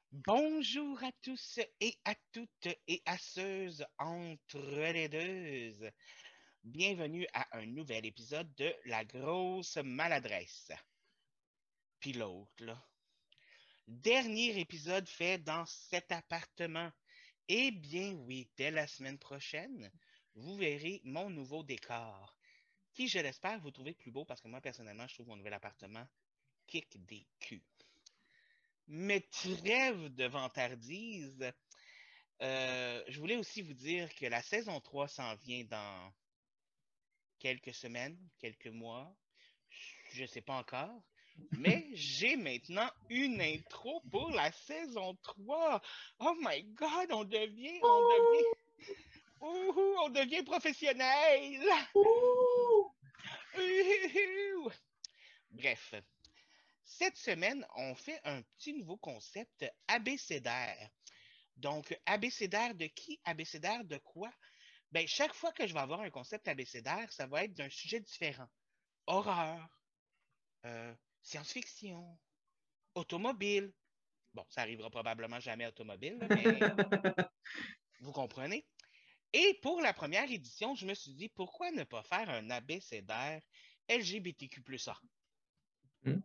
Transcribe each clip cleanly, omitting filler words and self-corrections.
Bonjour à tous et à toutes et à ceux entre les deux. Bienvenue à un nouvel épisode de La grosse maladresse. Puis l'autre, là. Dernier épisode fait dans cet appartement. Eh bien oui, dès la semaine prochaine, vous verrez mon nouveau décor, qui, je l'espère, vous trouvez plus beau parce que moi, personnellement, je trouve mon nouvel appartement kick des culs. Mais trêve de vantardise. Je voulais aussi vous dire que la saison 3 s'en vient dans quelques semaines, quelques mois, je ne sais pas encore. Mais j'ai maintenant une intro pour la saison 3. Oh my God, on devient professionnel. Ouh! Ouhou! Bref, cette semaine, on fait un petit nouveau concept abécédaire. Donc, abécédaire de qui? Abécédaire de quoi? Ben, chaque fois que je vais avoir un concept abécédaire, ça va être d'un sujet différent. Horreur, science-fiction, automobile. Bon, ça arrivera probablement jamais automobile, là, mais vous comprenez. Et pour la première édition, je me suis dit, pourquoi ne pas faire un abécédaire LGBTQ+A? Hmm.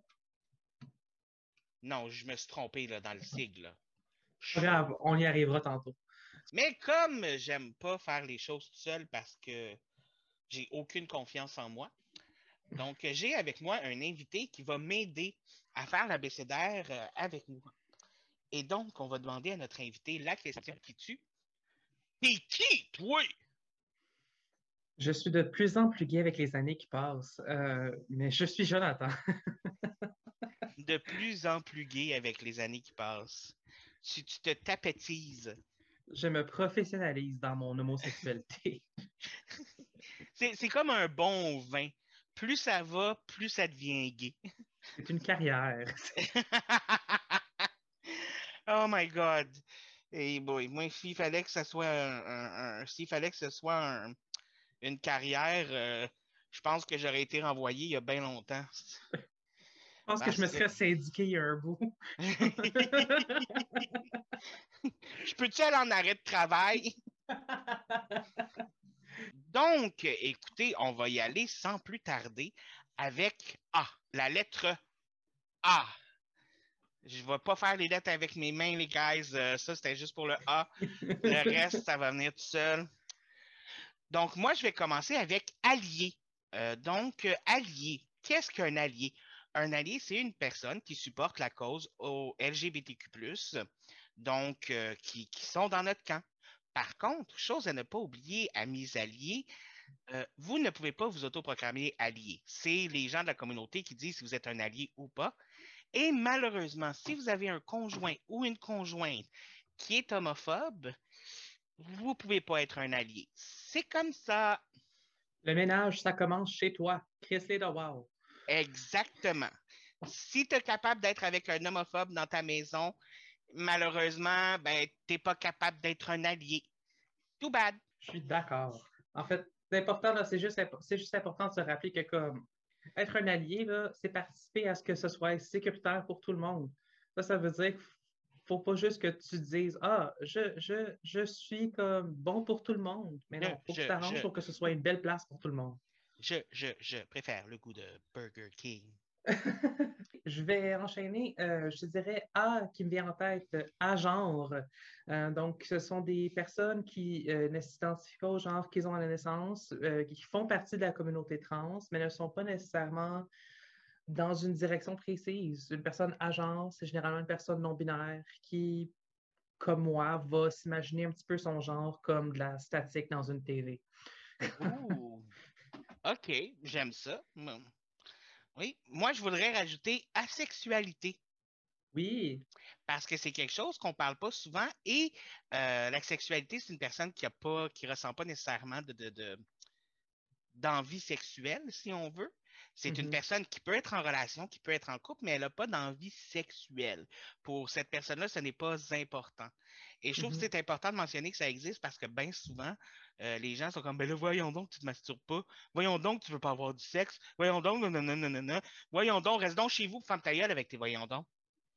Non, je me suis trompé là, dans le sigle. Là. Pas Je- grave, on y arrivera tantôt. Mais comme j'aime pas faire les choses tout seul parce que j'ai aucune confiance en moi, donc, j'ai avec moi un invité qui va m'aider à faire l'abécédaire avec nous. Et donc, on va demander à notre invité la question qui tue. T'es qui, toi? Je suis de plus en plus gay avec les années qui passent, mais je suis Jonathan. De plus en plus gay avec les années qui passent. Tu te tapetises. Je me professionnalise dans mon homosexualité. C'est comme un bon vin. Plus ça va, plus ça devient gay. C'est une carrière. Oh my God. Et boy, moi, s'il fallait que ce soit s'il fallait que ce soit une carrière, je pense que j'aurais été renvoyé il y a bien longtemps. Je pense que je Parce me que serais syndiqué il y a un bout. je peux-tu aller en arrêt de travail? Donc, écoutez, on va y aller sans plus tarder avec A, la lettre A. Je ne vais pas faire les lettres avec mes mains, les guys. Ça, c'était juste pour le A. Le reste, ça va venir tout seul. Donc, moi, je vais commencer avec allié. Allié. Qu'est-ce qu'un allié? Un allié, c'est une personne qui supporte la cause au LGBTQ+, qui sont dans notre camp. Par contre, chose à ne pas oublier, amis alliés, vous ne pouvez pas vous autoproclamer allié. C'est les gens de la communauté qui disent si vous êtes un allié ou pas. Et malheureusement, si vous avez un conjoint ou une conjointe qui est homophobe, vous ne pouvez pas être un allié. C'est comme ça. Le ménage, ça commence chez toi. Chris de wow. Exactement. Si tu es capable d'être avec un homophobe dans ta maison, malheureusement, ben, tu n'es pas capable d'être un allié. Too bad. Je suis d'accord. En fait, c'est important, là, c'est juste important de se rappeler que comme être un allié, là, c'est participer à ce que ce soit sécuritaire pour tout le monde. Ça veut dire qu'il faut pas juste que tu dises Ah, je suis comme bon pour tout le monde. Mais Je, non, il faut que tu je, t'arranges je, pour que ce soit une belle place pour tout le monde. je préfère le goût de Burger King. Je vais enchaîner, je te dirais A qui me vient en tête, A genre. Donc, ce sont des personnes qui ne s'identifient pas au genre qu'ils ont à la naissance, qui font partie de la communauté trans, mais ne sont pas nécessairement dans une direction précise. Une personne à genre, c'est généralement une personne non-binaire qui, comme moi, va s'imaginer un petit peu son genre comme de la statique dans une TV. Ouh, OK, j'aime ça. Oui, moi, je voudrais rajouter asexualité Oui. parce que c'est quelque chose qu'on parle pas souvent et la sexualité, c'est une personne qui ressent pas nécessairement d'envie sexuelle, si on veut. C'est une Mhm, personne qui peut être en relation, qui peut être en couple, mais elle n'a pas d'envie sexuelle. Pour cette personne-là, ce n'est pas important. Et je trouve que mhm. c'est important de mentionner que ça existe parce que bien souvent, les gens sont comme, ben là, voyons donc, tu te masturbes pas. Voyons donc, tu veux pas avoir du sexe. Voyons donc, non, non, non, non, non, non. Voyons donc, reste donc chez vous, femme ta gueule avec tes voyons donc.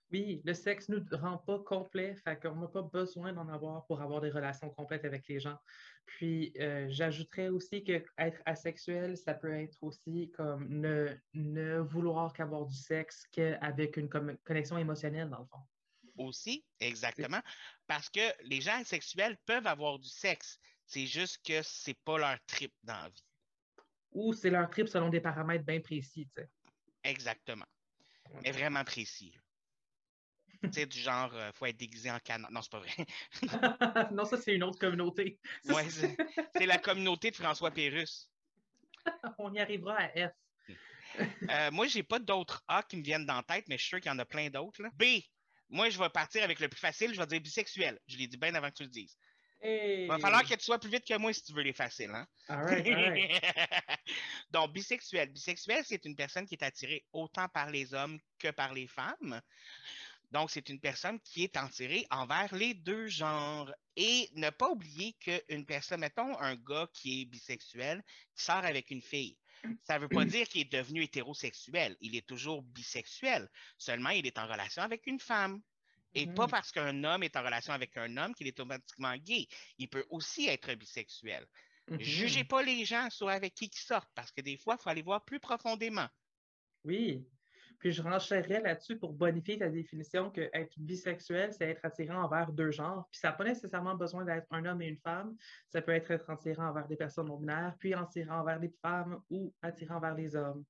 Oui, le sexe ne nous rend pas complet, fait qu'on n'a pas besoin d'en avoir pour avoir des relations complètes avec les gens. Puis, j'ajouterais aussi que être asexuel, ça peut être aussi comme ne vouloir qu'avoir du sexe qu'avec une connexion émotionnelle, dans le fond. Aussi, C'est- exactement, parce que les gens asexuels peuvent avoir du sexe. C'est juste que c'est pas leur trip dans la vie. Ou c'est leur trip selon des paramètres bien précis, tu sais. Exactement. Mais vraiment précis. Tu sais, du genre, faut être déguisé en canard. Non, c'est pas vrai. Non, ça, c'est une autre communauté. Ça, Ouais, c'est la communauté de François Pérusse. on y arrivera à F. Moi, j'ai pas d'autres A qui me viennent dans la tête, mais je suis sûr qu'il y en a plein d'autres, là. B. Moi, je vais partir avec le plus facile, je vais dire bisexuel. Je l'ai dit bien avant que tu le dises. Il va falloir Hey! que tu sois plus vite que moi si tu veux les faciles, hein? All right, all right. Donc, bisexuel. Bisexuel, c'est une personne qui est attirée autant par les hommes que par les femmes. Donc, c'est une personne qui est attirée envers les deux genres. Et ne pas oublier qu'une personne, mettons un gars qui est bisexuel, qui sort avec une fille, ça ne veut pas dire qu'il est devenu hétérosexuel. Il est toujours bisexuel. Seulement, il est en relation avec une femme. Et pas Mhm, parce qu'un homme est en relation avec un homme qu'il est automatiquement gay. Il peut aussi être bisexuel. Jugez mhm. pas les gens sur avec qui ils sortent, parce que des fois, il faut aller voir plus profondément. Oui. Puis je renchérirais là-dessus pour bonifier ta définition que être bisexuel, c'est être attirant envers deux genres. Puis ça n'a pas nécessairement besoin d'être un homme et une femme. Ça peut être attirant envers des personnes non-binaires, puis attirant envers des femmes ou attirant envers les hommes.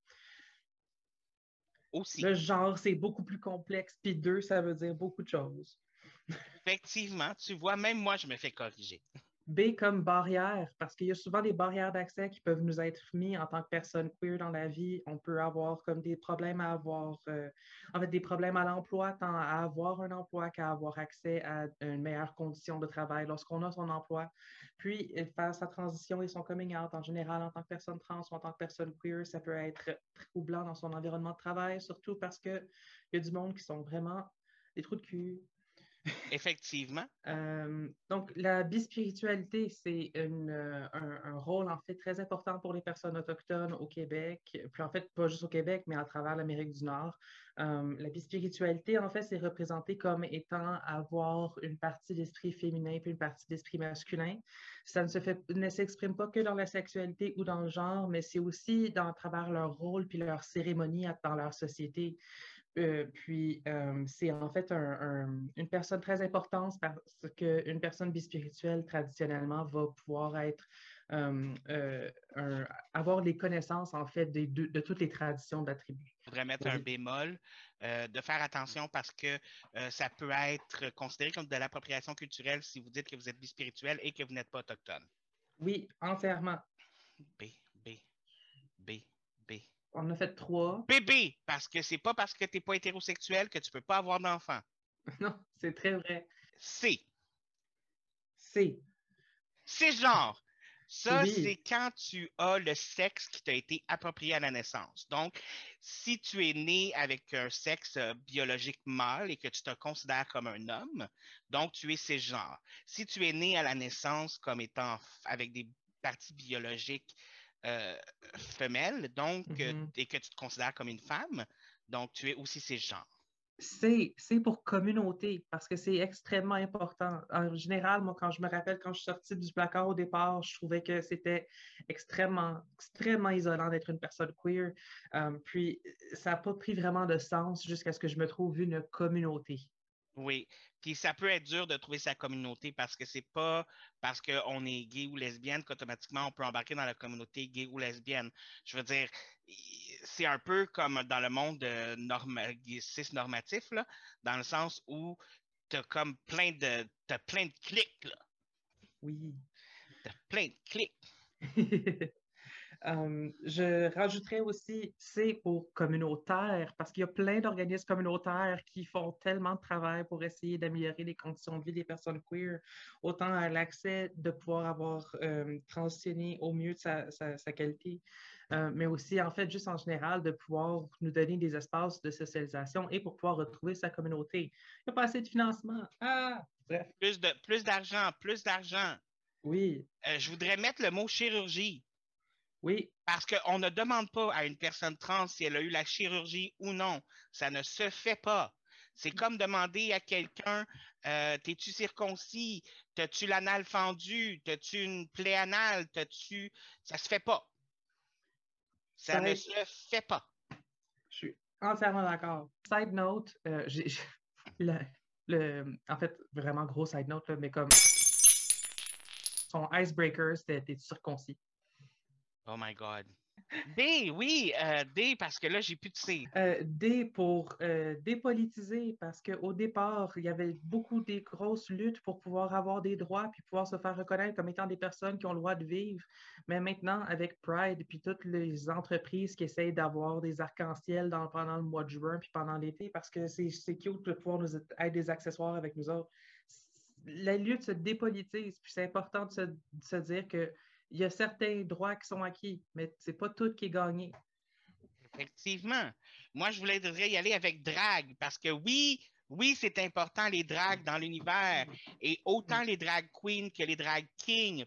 Aussi, Le genre, c'est beaucoup plus complexe. Puis deux, ça veut dire beaucoup de choses. effectivement, tu vois, même moi, je me fais corriger. B comme barrière, parce qu'il y a souvent des barrières d'accès qui peuvent nous être mis en tant que personne queer dans la vie. On peut avoir comme des problèmes à avoir, en fait, des problèmes à l'emploi, tant à avoir un emploi qu'à avoir accès à une meilleure condition de travail lorsqu'on a son emploi. Puis, faire sa transition et son coming out en général en tant que personne trans ou en tant que personne queer, ça peut être troublant dans son environnement de travail, surtout parce qu'il y a du monde qui sont vraiment des trous de cul. Effectivement, Donc, la bispiritualité, c'est un rôle en fait très important pour les personnes autochtones au Québec, puis en fait, pas juste au Québec, mais à travers l'Amérique du Nord. La bispiritualité, en fait, c'est représenté comme étant avoir une partie d'esprit féminin puis une partie d'esprit masculin. Ça ne s'exprime pas que dans la sexualité ou dans le genre, mais c'est aussi à travers leur rôle puis leur cérémonie dans leur société. C'est en fait une personne très importante parce qu'une personne bispirituelle, traditionnellement, va pouvoir être, avoir les connaissances, en fait, de toutes les traditions de la tribu. je voudrais mettre un Vas-y. bémol, de faire attention parce que ça peut être considéré comme de l'appropriation culturelle si vous dites que vous êtes bispirituel et que vous n'êtes pas autochtone. Oui, entièrement. B, B, B, B. On a fait trois. Bébé, parce que c'est pas parce que tu n'es pas hétérosexuel que tu peux pas avoir d'enfant. Non, c'est très vrai. C, C. c'est genre. Ça, c'est Oui. quand tu as le sexe qui t'a été approprié à la naissance. Donc, si tu es né avec un sexe biologique mâle et que tu te considères comme un homme, donc tu es cisgenre. Si tu es né à la naissance comme étant avec des parties biologiques euh, femelles, donc, Mhm. et que tu te considères comme une femme, donc tu es aussi cisgenre. C'est pour communauté parce que c'est extrêmement important. En général, moi, quand je me rappelle, quand je suis sortie du placard au départ, je trouvais que c'était extrêmement isolant d'être une personne queer. Puis, ça n'a pas pris vraiment de sens jusqu'à ce que je me trouve une communauté. Oui, puis ça peut être dur de trouver sa communauté parce que c'est pas parce qu'on est gay ou lesbienne qu'automatiquement on peut embarquer dans la communauté gay ou lesbienne. Je veux dire, c'est un peu comme dans le monde cis-normatif, là, dans le sens où t'as plein de clics, là. Oui. T'as plein de clics. Je rajouterais aussi C pour communautaire, parce qu'il y a plein d'organismes communautaires qui font tellement de travail pour essayer d'améliorer les conditions de vie des personnes queer, autant à l'accès de pouvoir avoir transitionné au mieux de sa qualité, mais aussi en fait juste en général de pouvoir nous donner des espaces de socialisation et pour pouvoir retrouver sa communauté. Il n'y a pas assez de financement. Ah, bref, Plus d'argent, plus d'argent. oui, Je voudrais mettre le mot chirurgie. oui, Parce qu'on ne demande pas à une personne trans si elle a eu la chirurgie ou non. Ça ne se fait pas. C'est comme demander à quelqu'un, t'es-tu circoncis? T'as-tu l'anal fendu? T'as-tu une plaie anale? Ça se fait pas. Ça ne Side, se fait pas. je suis entièrement d'accord. Side note, le, en fait, vraiment gros side note, là, mais comme son icebreaker, c'était t'es circoncis. Oh my God. D, oui, D, parce que là, j'ai plus de C. D pour dépolitiser, parce qu'au départ, il y avait beaucoup des grosses luttes pour pouvoir avoir des droits puis pouvoir se faire reconnaître comme étant des personnes qui ont le droit de vivre. Mais maintenant, avec Pride puis toutes les entreprises qui essayent d'avoir des arcs-en-ciel pendant le mois de juin puis pendant l'été, parce que c'est cute de pouvoir nous être des accessoires avec nous autres. La lutte se dépolitise, puis c'est important de se dire que il y a certains droits qui sont acquis, mais c'est pas tout qui est gagné. Effectivement. Moi, je voulais y aller avec drag parce que oui, oui, c'est important les drags dans l'univers et autant les drag queens que les drag kings.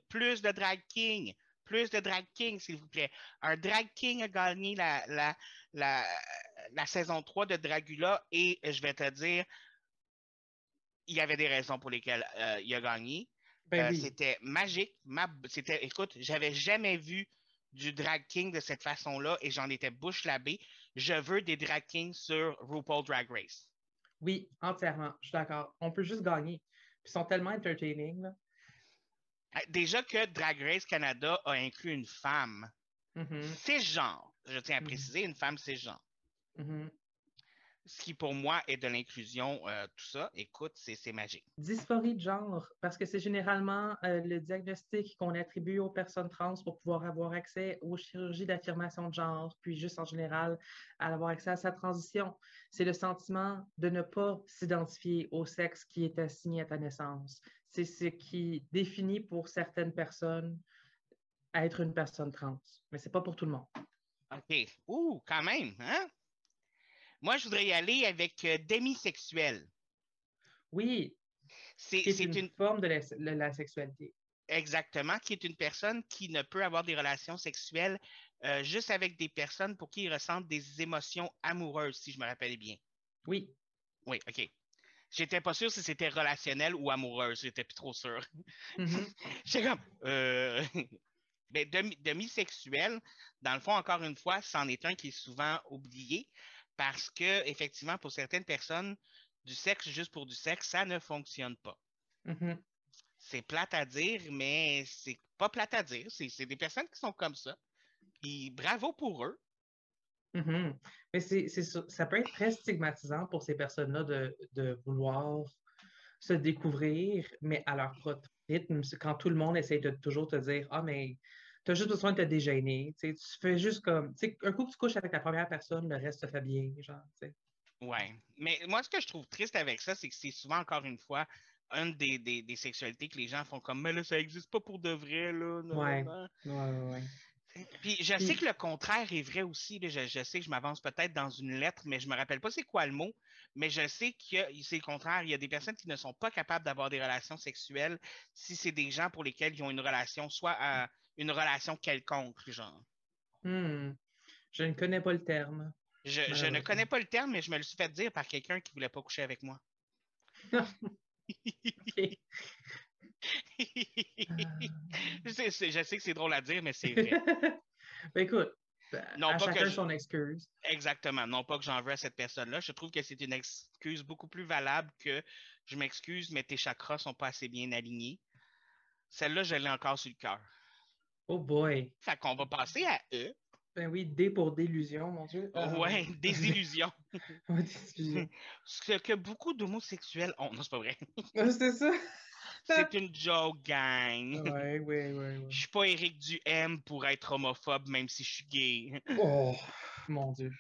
Plus de drag kings, s'il vous plaît. Un drag king a gagné la, la saison 3 de Dragula et je vais te dire, il y avait des raisons pour lesquelles il a gagné. Ben oui. C'était magique. Écoute, j'avais jamais vu du drag king de cette façon-là et j'en étais bouche la bée. Je veux des drag kings sur RuPaul Drag Race. Oui, entièrement. Je suis d'accord. On peut juste gagner. Puis ils sont tellement entertaining, là. Déjà que Drag Race Canada a inclus une femme Mhm, cisgenre. Je tiens à mhm, préciser, une femme cisgenre. mhm. Ce qui pour moi est de l'inclusion, tout ça. Écoute, c'est magique. Dysphorie de genre, parce que c'est généralement le diagnostic qu'on attribue aux personnes trans pour pouvoir avoir accès aux chirurgies d'affirmation de genre, puis juste en général, à avoir accès à sa transition. C'est le sentiment de ne pas s'identifier au sexe qui est assigné à ta naissance. C'est ce qui définit pour certaines personnes être une personne trans, mais c'est pas pour tout le monde. OK. Ouh, quand même, hein? Moi, je voudrais y aller avec démisexuel. Oui, qui est C'est une une forme de la sexualité. Exactement, qui est une personne qui ne peut avoir des relations sexuelles juste avec des personnes pour qui il ressent des émotions amoureuses, si je me rappelle bien. Oui. Oui, OK. J'étais pas sûr si c'était relationnel ou amoureuse, j'étais plus trop sûr. Mhm. J'étais comme ben, demisexuel, dans le fond, encore une fois, c'en est un qui est souvent oublié parce que, effectivement, pour certaines personnes, du sexe juste pour du sexe, ça ne fonctionne pas. Mhm. C'est plate à dire, mais c'est pas plate à dire. C'est des personnes qui sont comme ça. Puis bravo pour eux. Mhm. Mais ça peut être très stigmatisant pour ces personnes-là de vouloir se découvrir, mais à leur propre rythme. C'est quand tout le monde essaie de toujours te dire ah, mais tu as juste besoin de te déjeuner. Tu sais, tu fais juste comme. Tu sais, un coup que tu couches avec la première personne, le reste se fait bien. Genre, tu sais. Ouais. Mais moi, ce que je trouve triste avec ça, c'est que c'est souvent, encore une fois, une des sexualités que les gens font comme, mais là, ça n'existe pas pour de vrai, là. Non, non, Ouais, non. ouais, ouais, ouais. Puis je sais Puis, que le contraire est vrai aussi. Là. Je sais que je m'avance peut-être dans une lettre, mais je me rappelle pas c'est quoi le mot. Mais je sais que c'est le contraire. Il y a des personnes qui ne sont pas capables d'avoir des relations sexuelles si c'est des gens pour lesquels ils ont une relation, soit une relation quelconque, genre. hmm, je ne connais pas le terme, Je ne malheureusement. connais pas le terme, mais je me le suis fait dire par quelqu'un qui voulait pas coucher avec moi. OK. Ah. Je sais que c'est drôle à dire, mais c'est vrai. Ben, écoute, Non à pas que chacun je... son excuse. Exactement. Non pas que j'en veux à cette personne-là. Je trouve que c'est une excuse beaucoup plus valable que je m'excuse, mais tes chakras sont pas assez bien alignés. Celle-là, je l'ai encore sur le cœur. Oh boy. Fait qu'on va passer à E. Ben oui, D pour délusion, mon Dieu. Ouais, des illusions. Désillusion. Ce que beaucoup d'homosexuels ont. Non, c'est pas vrai. C'est ça. C'est une joke, gang. Ouais, ouais, ouais, ouais. Je suis pas Éric Duhem pour être homophobe, même si je suis gay. Oh, mon Dieu.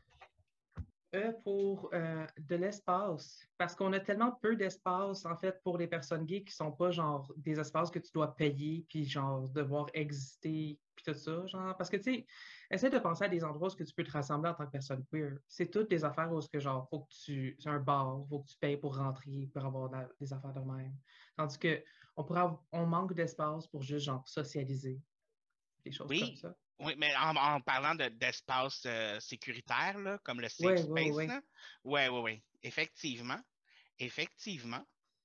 Pour de l'espace, parce qu'on a tellement peu d'espace, en fait, pour les personnes gays qui sont pas, genre, des espaces que tu dois payer, puis, genre, devoir exister, puis tout ça, genre, parce que, tu sais, essaie de penser à des endroits où tu peux te rassembler en tant que personne queer. C'est toutes des affaires où, genre, faut que c'est un bar, faut que tu payes pour rentrer, pour avoir des affaires de même. Tandis que on manque d'espace pour juste, genre, socialiser, des choses comme Oui, ça. Oui, mais en parlant d'espace sécuritaire, là, comme le Oui, safe oui, space, oui. là, ouais, ouais, ouais. Effectivement. Effectivement.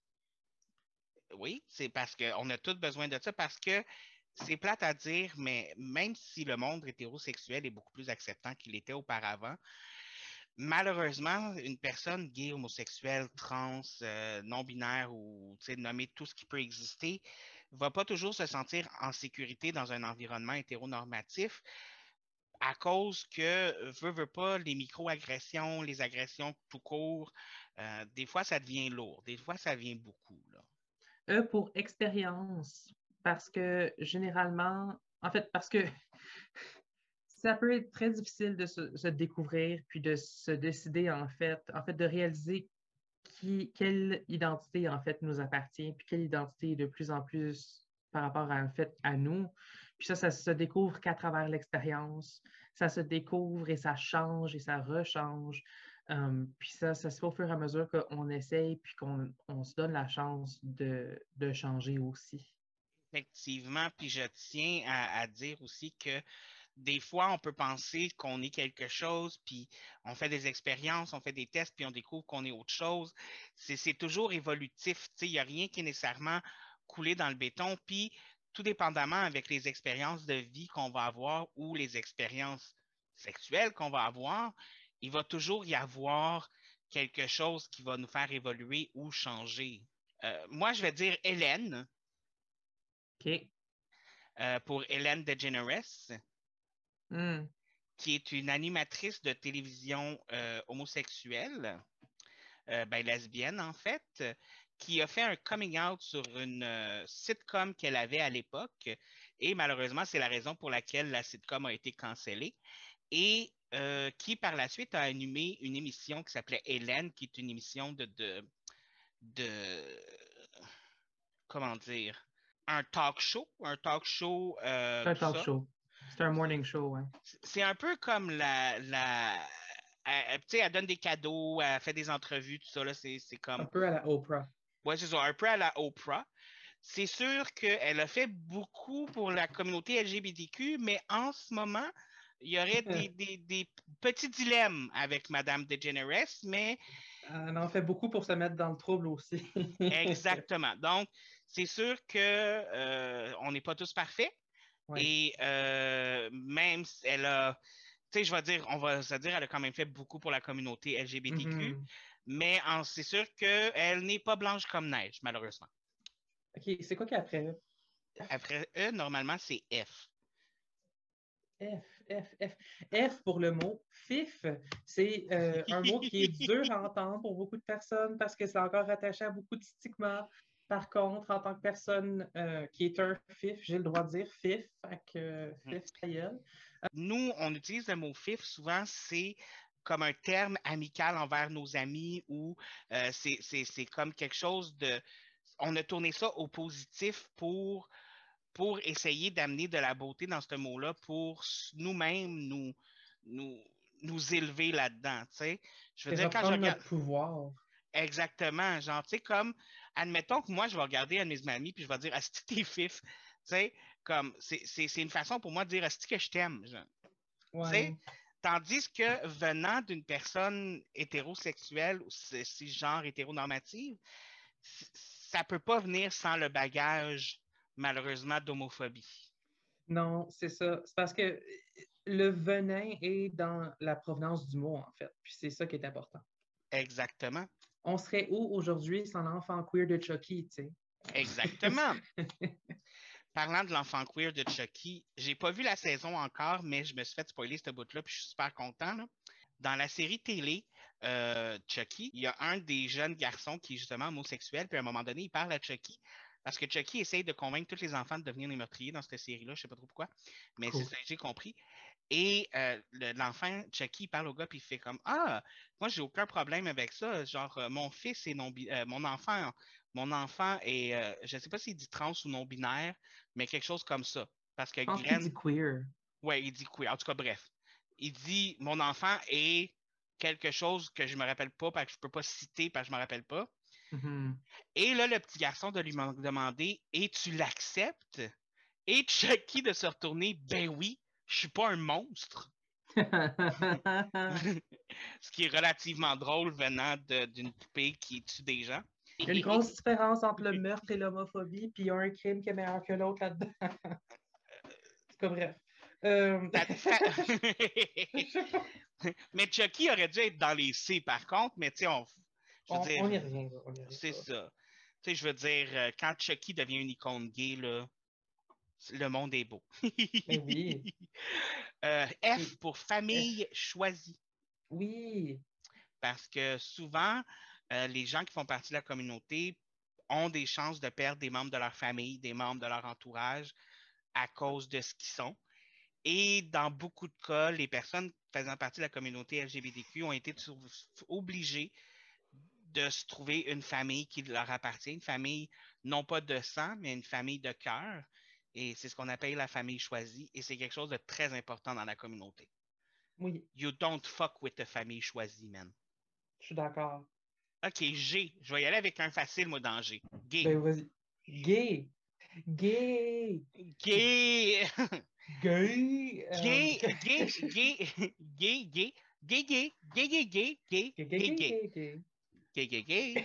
Oui, c'est parce qu'on a tous besoin de ça, parce que c'est plate à dire, mais même si le monde hétérosexuel est beaucoup plus acceptant qu'il était auparavant, malheureusement, une personne gay, homosexuelle, trans, non-binaire ou nommer tout ce qui peut exister, va pas toujours se sentir en sécurité dans un environnement hétéronormatif à cause que, veut pas, les micro-agressions, les agressions tout court, des fois ça devient lourd, des fois ça devient beaucoup, là. Pour expérience, parce que généralement, en fait, parce que ça peut être très difficile de se découvrir, puis de se décider, en fait, de réaliser quelle identité, en fait, nous appartient, puis quelle identité est de plus en plus par rapport à, en fait, à nous. Puis ça se découvre qu'à travers l'expérience. Ça se découvre et ça change et ça rechange. Puis ça se fait au fur et à mesure qu'on essaye, puis qu'on se donne la chance de changer aussi. Effectivement, puis je tiens à dire aussi que des fois, on peut penser qu'on est quelque chose, puis on fait des expériences, on fait des tests, puis on découvre qu'on est autre chose. C'est toujours évolutif. Il n'y a rien qui est nécessairement coulé dans le béton. Puis, tout dépendamment avec les expériences de vie qu'on va avoir ou les expériences sexuelles qu'on va avoir, il va toujours y avoir quelque chose qui va nous faire évoluer ou changer. Moi, je vais dire Hélène, OK. pour Hélène DeGeneres, Hmm. qui est une animatrice de télévision homosexuelle, ben, lesbienne en fait, qui a fait un coming out sur une sitcom qu'elle avait à l'époque. Et malheureusement, c'est la raison pour laquelle la sitcom a été cancellée. Et qui par la suite a animé une émission qui s'appelait Hélène, qui est une émission de comment dire, un talk show, C'est un tout talk ça. show. C'est un morning show, ouais. C'est un peu comme tu sais, elle donne des cadeaux, elle fait des entrevues, tout ça, là, c'est Un comme... peu à la Oprah. Ouais, c'est ça, un peu à la Oprah. C'est sûr qu'elle a fait beaucoup pour la communauté LGBTQ, mais en ce moment, il y aurait des petits dilemmes avec Madame DeGeneres, mais Elle en fait beaucoup pour se mettre dans le trouble aussi. exactement. Donc, c'est sûr que on n'est pas tous parfaits. Ouais. Et même si elle a, tu sais, je vais dire, on va se dire, elle a quand même fait beaucoup pour la communauté LGBTQ, Mhm. mais c'est sûr qu'elle n'est pas blanche comme neige, malheureusement. OK, c'est quoi qu'après? Après E, normalement, c'est F. F, F, F. F pour le mot FIF. C'est un mot qui est dur à entendre pour beaucoup de personnes parce que c'est encore rattaché à beaucoup de stigmas. Par contre, en tant que personne qui est un FIF, j'ai le droit de dire FIF, fait que FIF, ta gueule. Nous, on utilise le mot FIF, souvent, c'est comme un terme amical envers nos amis ou c'est comme quelque chose de... On a tourné ça au positif pour essayer d'amener de la beauté dans ce mot-là, pour nous-mêmes nous, nous élever là-dedans. Tu sais. Je veux C'est dire, quand je reprendre regarde notre pouvoir. exactement, genre, tu sais, comme, admettons que moi, je vais regarder un de mes amis, puis je vais dire, Asti, t'es fif. Tu sais, comme, c'est une façon pour moi de dire, Asti, que je t'aime. Genre. Tu sais, Ouais. tandis que venant d'une personne hétérosexuelle ou genre hétéronormative, ça peut pas venir sans le bagage, malheureusement, d'homophobie. Non, c'est ça. C'est parce que le venin est dans la provenance du mot, en fait. Puis c'est ça qui est important. Exactement. On serait où aujourd'hui sans l'enfant queer de Chucky, tu Exactement. sais? Parlant de l'enfant queer de Chucky, j'ai pas vu la saison encore, mais je me suis fait spoiler ce bout-là, puis je suis super content, là. Dans la série télé Chucky, il y a un des jeunes garçons qui est justement homosexuel, puis à un moment donné, il parle à Chucky parce que Chucky essaye de convaincre tous les enfants de devenir des meurtriers dans cette série-là, je sais pas trop pourquoi, mais c'est Cool. ça que j'ai compris. Et l'enfant, Chucky, il parle au gars, puis il fait comme Ah, moi, j'ai aucun problème avec ça. Genre, mon fils est non mon enfant est, je sais pas s'il dit trans ou non-binaire, mais quelque chose comme ça. Parce que Je pense qu'il Glenn, dit queer. ouais, il dit queer. En tout cas, bref. Il dit Mon enfant est quelque chose que je me rappelle pas, parce que je peux pas citer, parce que je me rappelle pas. Mhm. Et là, le petit garçon de lui demander Et tu l'acceptes? Et Chucky de se retourner Ben oui, Je suis pas un monstre. Ce qui est relativement drôle venant d'une poupée qui tue des gens. Il y a une grosse différence entre le meurtre et l'homophobie, puis il y a un crime qui est meilleur que l'autre là-dedans. C'est pas bref. Mais Chucky aurait dû être dans les C par contre, mais tu sais, je veux On n'y dire, revient, on y c'est revient. ça. Tu sais, je veux dire, quand Chucky devient une icône gay, là, le monde est beau. Mais oui. F pour F. famille choisie. Oui. Parce que souvent, les gens qui font partie de la communauté ont des chances de perdre des membres de leur famille, des membres de leur entourage à cause de ce qu'ils sont. Et dans beaucoup de cas, les personnes faisant partie de la communauté LGBTQ ont été obligées de se trouver une famille qui leur appartient, une famille non pas de sang, mais une famille de cœur. Et c'est ce qu'on appelle la famille choisie. Et c'est quelque chose de très important dans la communauté. Oui. You don't fuck with the famille choisie, man. Je suis d'accord. OK, G. Je vais y aller avec un facile, moi, dans G. Gay. Ben vas-y. Gay. Gay. Gay. Gay. Gay, gay, gay, gay, gay, gay, gay, gay, gay, gay, gay, Gay, gay, gay, gay, gay, gay. gay, gay, gay.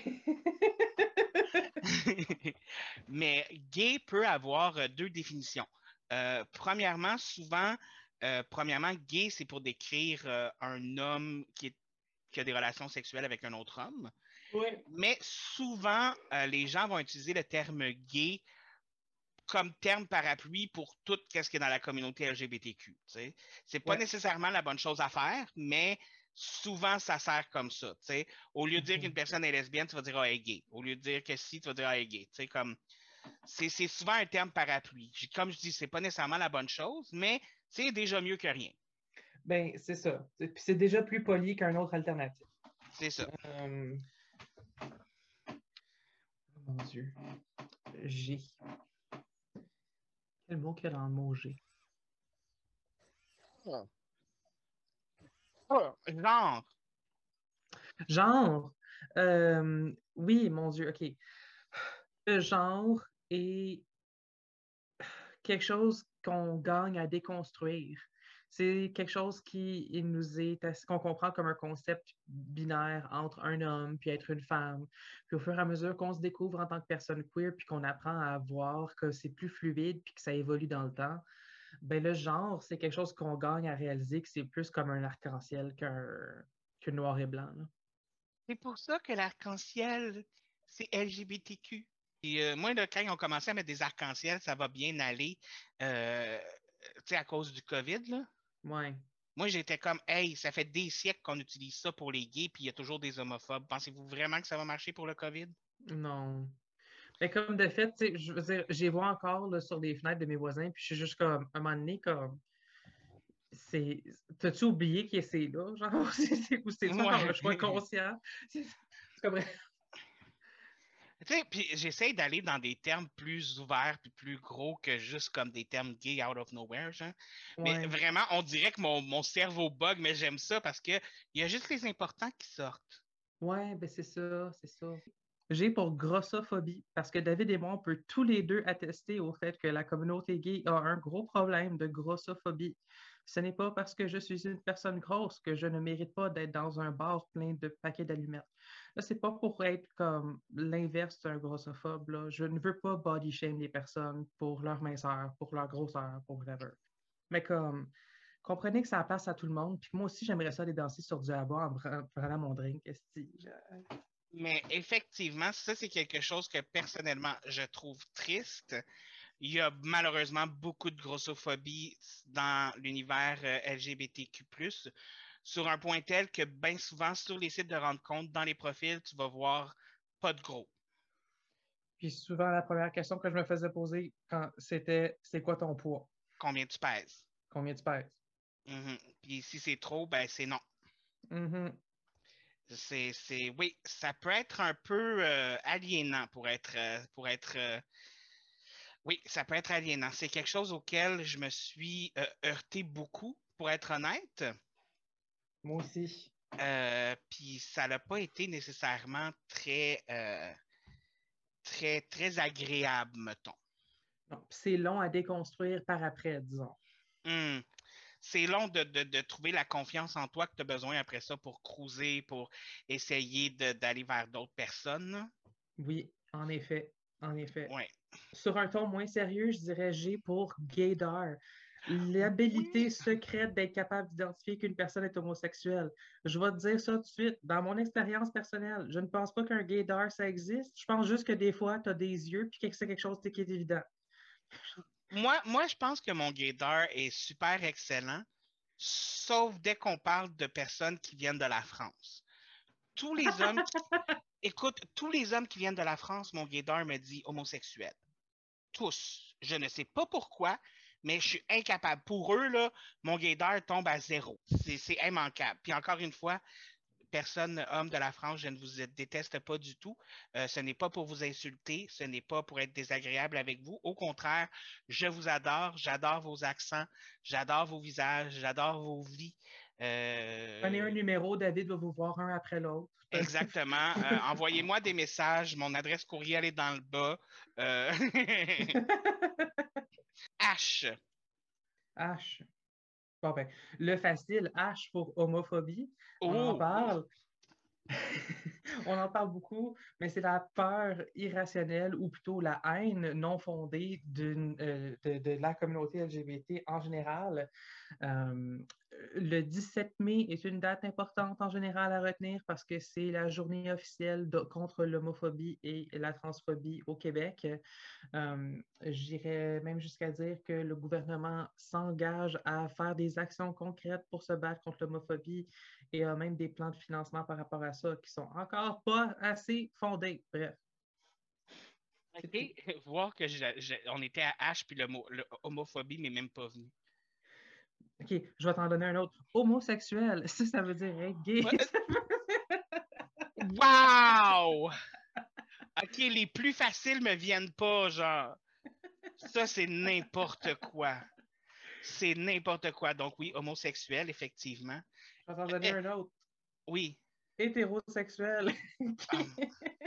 Mais gay peut avoir deux définitions. Premièrement, souvent, premièrement, gay, c'est pour décrire un homme qui a des relations sexuelles avec un autre homme. Oui. Mais souvent, les gens vont utiliser le terme gay comme terme parapluie pour tout ce qui est dans la communauté LGBTQ. C'est pas Ouais. nécessairement la bonne chose à faire, mais souvent ça sert comme ça. T'sais. Au lieu de dire qu'une personne est lesbienne, tu vas dire elle est gay. Au lieu de dire que si, tu vas dire elle est gay. Comme, c'est souvent un terme parapluie. Comme je dis, c'est pas nécessairement la bonne chose, mais c'est déjà mieux que rien. Ben, c'est ça. Puis c'est déjà plus poli qu'un autre alternative. C'est ça. Oh mon Dieu. G. Quel mot qu'il y a dans le mot G? Genre. Genre. Oui, mon Dieu, OK. Le genre est quelque chose qu'on gagne à déconstruire. C'est quelque chose qui qu'on comprend comme un concept binaire entre un homme puis être une femme. Puis au fur et à mesure qu'on se découvre en tant que personne queer puis qu'on apprend à voir que c'est plus fluide puis que ça évolue dans le temps, ben le genre, c'est quelque chose qu'on gagne à réaliser que c'est plus comme un arc-en-ciel qu'un noir et blanc, là. C'est pour ça que l'arc-en-ciel, c'est LGBTQ. Et moi, là, quand ils ont commencé à mettre des arcs-en-ciel, ça va bien aller, à cause du COVID, là. Ouais. Moi, j'étais comme, hey, ça fait des siècles qu'on utilise ça pour les gays, puis il y a toujours des homophobes. Pensez-vous vraiment que ça va marcher pour le COVID? Non. Mais comme de fait, tu sais, je veux dire, j'y vois encore là, sur les fenêtres de mes voisins, puis je suis juste comme, à un moment donné, comme, c'est, t'as-tu oublié que c'est là? Genre, ou c'est-tu encore un Ouais. choix conscient? C'est comme, Tu sais, puis j'essaie d'aller dans des termes plus ouverts puis plus gros que juste comme des termes gay out of nowhere, genre. Mais ouais, vraiment, on dirait que mon cerveau bug, mais j'aime ça parce que il y a juste les importants qui sortent. ouais, ben c'est ça, c'est ça. J'ai pour grossophobie, parce que David et moi, on peut tous les deux attester au fait que la communauté gay a un gros problème de grossophobie. Ce n'est pas parce que je suis une personne grosse que je ne mérite pas d'être dans un bar plein de paquets d'allumettes. Là, c'est pas pour être comme l'inverse d'un grossophobe, là. Je ne veux pas body shame les personnes pour leur minceur, pour leur grosseur, pour whatever. Mais comme, comprenez que ça passe à tout le monde, puis moi aussi, j'aimerais ça aller danser sur du haba en prenant mon drink. Mais effectivement, ça, c'est quelque chose que personnellement, je trouve triste. Il y a malheureusement beaucoup de grossophobie dans l'univers LGBTQ+, sur un point tel que bien souvent, sur les sites de rencontres, dans les profils, tu vas voir pas de gros. Puis souvent, la première question que je me faisais poser quand c'était c'est quoi ton poids? Combien tu pèses? Combien tu pèses? Mhm. Puis si c'est trop, ben c'est non. Mhm. Oui, ça peut être un peu aliénant oui, ça peut être aliénant. C'est quelque chose auquel je me suis heurté beaucoup, pour être honnête. Moi aussi. Puis ça n'a pas été nécessairement très agréable, mettons. Non, puis c'est long à déconstruire par après, disons. Hmm. c'est long de trouver la confiance en toi que tu as besoin après ça pour cruiser, pour essayer d'aller vers d'autres personnes. Là. Oui, en effet. En effet. Ouais. Sur un ton moins sérieux, je dirais G pour gaydar. L'habilité Oui. secrète d'être capable d'identifier qu'une personne est homosexuelle. Je vais te dire ça tout de suite. Dans mon expérience personnelle, je ne pense pas qu'un gaydar, ça existe. Je pense juste que des fois, tu as des yeux puis que c'est quelque chose qui est évident. Moi, je pense que mon gaydar est super excellent, sauf dès qu'on parle de personnes qui viennent de la France. Tous les hommes qui... Écoute, tous les hommes qui viennent de la France, mon gaydar me dit homosexuel. Tous. Je ne sais pas pourquoi, mais je suis incapable. Pour eux, là, mon gaydar tombe à zéro. C'est immanquable. Puis encore une fois, personne, homme de la France, je ne vous déteste pas du tout. Ce n'est pas pour vous insulter, ce n'est pas pour être désagréable avec vous. Au contraire, je vous adore, j'adore vos accents, j'adore vos visages, j'adore vos vies. Prenez un numéro, David va vous voir un après l'autre. Exactement. Envoyez-moi des messages. Mon adresse courriel est dans le bas. Euh, H. H. Bon ben, le facile, H pour homophobie. On en Oh, parle. On en parle beaucoup, mais c'est la peur irrationnelle ou plutôt la haine non fondée de la communauté LGBT en général. Euh, le 17 mai est une date importante en général à retenir parce que c'est la journée officielle contre l'homophobie et la transphobie au Québec. J'irais même jusqu'à dire que le gouvernement s'engage à faire des actions concrètes pour se battre contre l'homophobie et a même des plans de financement par rapport à ça qui sont encore pas assez fondés. Bref, c'est tout. OK. Voir que on était à H, puis le homophobie m'est même pas venu. OK, je vais t'en donner un autre. Homosexuel, ça veut dire être gay. Wow! OK, les plus faciles me viennent pas, genre. Ça, c'est n'importe quoi. C'est n'importe quoi. Donc oui, homosexuel, effectivement. Je vais t'en donner un autre. Oui. Hétérosexuel, Um,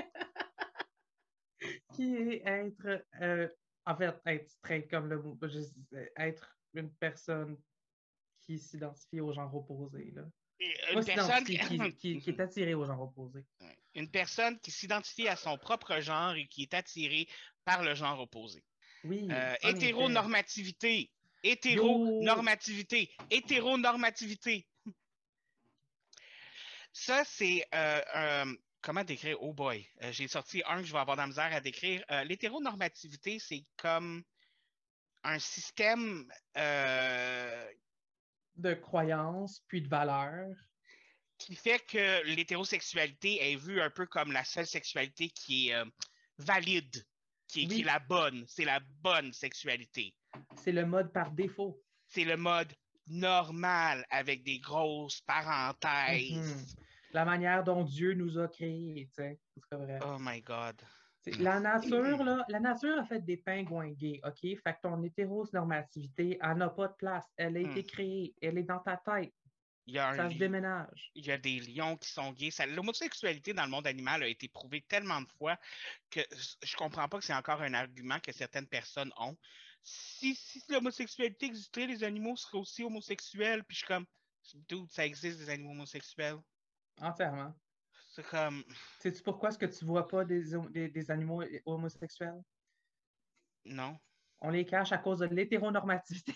qui est être, en fait, être straight comme le mot, être une personne qui s'identifie au genre opposé, là. Pas une personne s'identifier, qui est attirée au genre opposé. une personne qui s'identifie à son propre genre et qui est attirée par le genre opposé. Oui, en effet. Hétéronormativité. Yo! Hétéronormativité. Hétéronormativité. Ça, c'est comment décrire? Oh boy, j'ai sorti un que je vais avoir de la misère à décrire. L'hétéronormativité, c'est comme un système De croyances, puis de valeurs. qui fait que l'hétérosexualité est vue un peu comme la seule sexualité qui est valide, qui est Oui, la bonne. C'est la bonne sexualité. c'est le mode par défaut. C'est le mode normal avec des grosses Mhm. parenthèses. La manière dont Dieu nous a créés, tu sais, c'est vrai. Oh my God. La nature, là, la nature a fait des pingouins gays, OK? Fait que ton hétéronormativité, elle n'a pas de place. Elle a été créée. Elle est dans ta tête. Il y a un Ça se déménage. il y a des lions qui sont gays. L'homosexualité dans le monde animal a été prouvée tellement de fois que je comprends pas que c'est encore un argument que certaines personnes ont. Si l'homosexualité existait, les animaux seraient aussi homosexuels. Puis je suis comme, dude, ça existe des animaux homosexuels. Entièrement. C'est comme, Sais-tu pourquoi est-ce que tu vois pas des animaux homosexuels? non. On les cache à cause de l'hétéronormativité.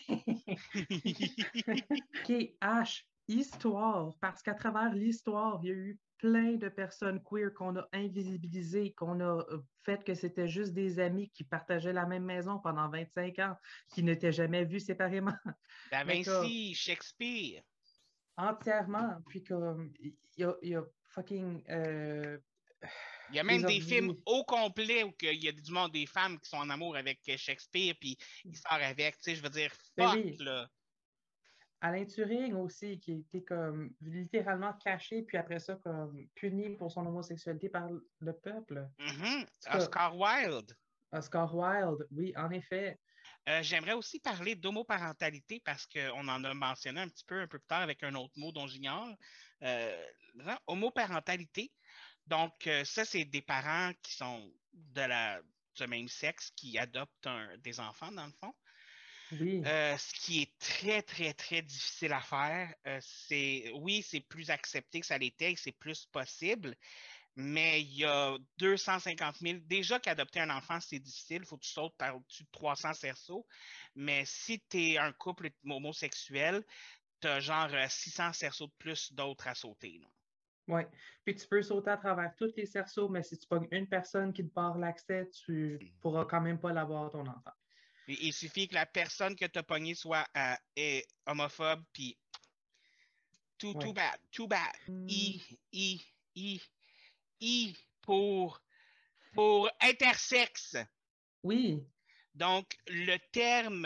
OK, H, histoire. Parce qu'à travers l'histoire, il y a eu plein de personnes queer qu'on a invisibilisées, qu'on a fait que c'était juste des amis qui partageaient la même maison pendant 25 ans, qui n'étaient jamais vus séparément. Da Mais que Vinci, Shakespeare. entièrement, puis comme il y a fucking Il y a même des des films ordi. au complet où il y a du monde, des femmes qui sont en amour avec Shakespeare, puis il sort avec. Tu sais, je veux dire, Ben fuck, oui, là. Alain Turing aussi, qui était comme littéralement caché, puis après ça, comme puni pour son homosexualité par le peuple. Mhm. En tout cas, Oscar Wilde. Oscar Wilde, oui, en effet. J'aimerais aussi parler d'homoparentalité parce qu'on en a mentionné un peu plus tard avec un autre mot dont j'ignore. Homoparentalité. Donc, ça, c'est des parents qui sont du même sexe qui adoptent des enfants, dans le fond. Oui, Ce qui est très, très, très difficile à faire. Oui, c'est plus accepté que ça l'était et c'est plus possible, mais il y a 250 000. Déjà qu'adopter un enfant, c'est difficile. Il faut que tu sautes par-dessus de 300 cerceaux. Mais si tu es un couple homosexuel, tu as genre 600 cerceaux de plus d'autres à sauter. Là. oui. Puis tu peux sauter à travers tous les cerceaux, mais si tu pognes une personne qui te barre l'accès, tu pourras quand même pas l'avoir, ton enfant. Il suffit que la personne que tu as pognée soit est homophobe, puis too Oui. bad, too bad. Hmm, I, I, I, I pour intersexe. oui, Donc, le terme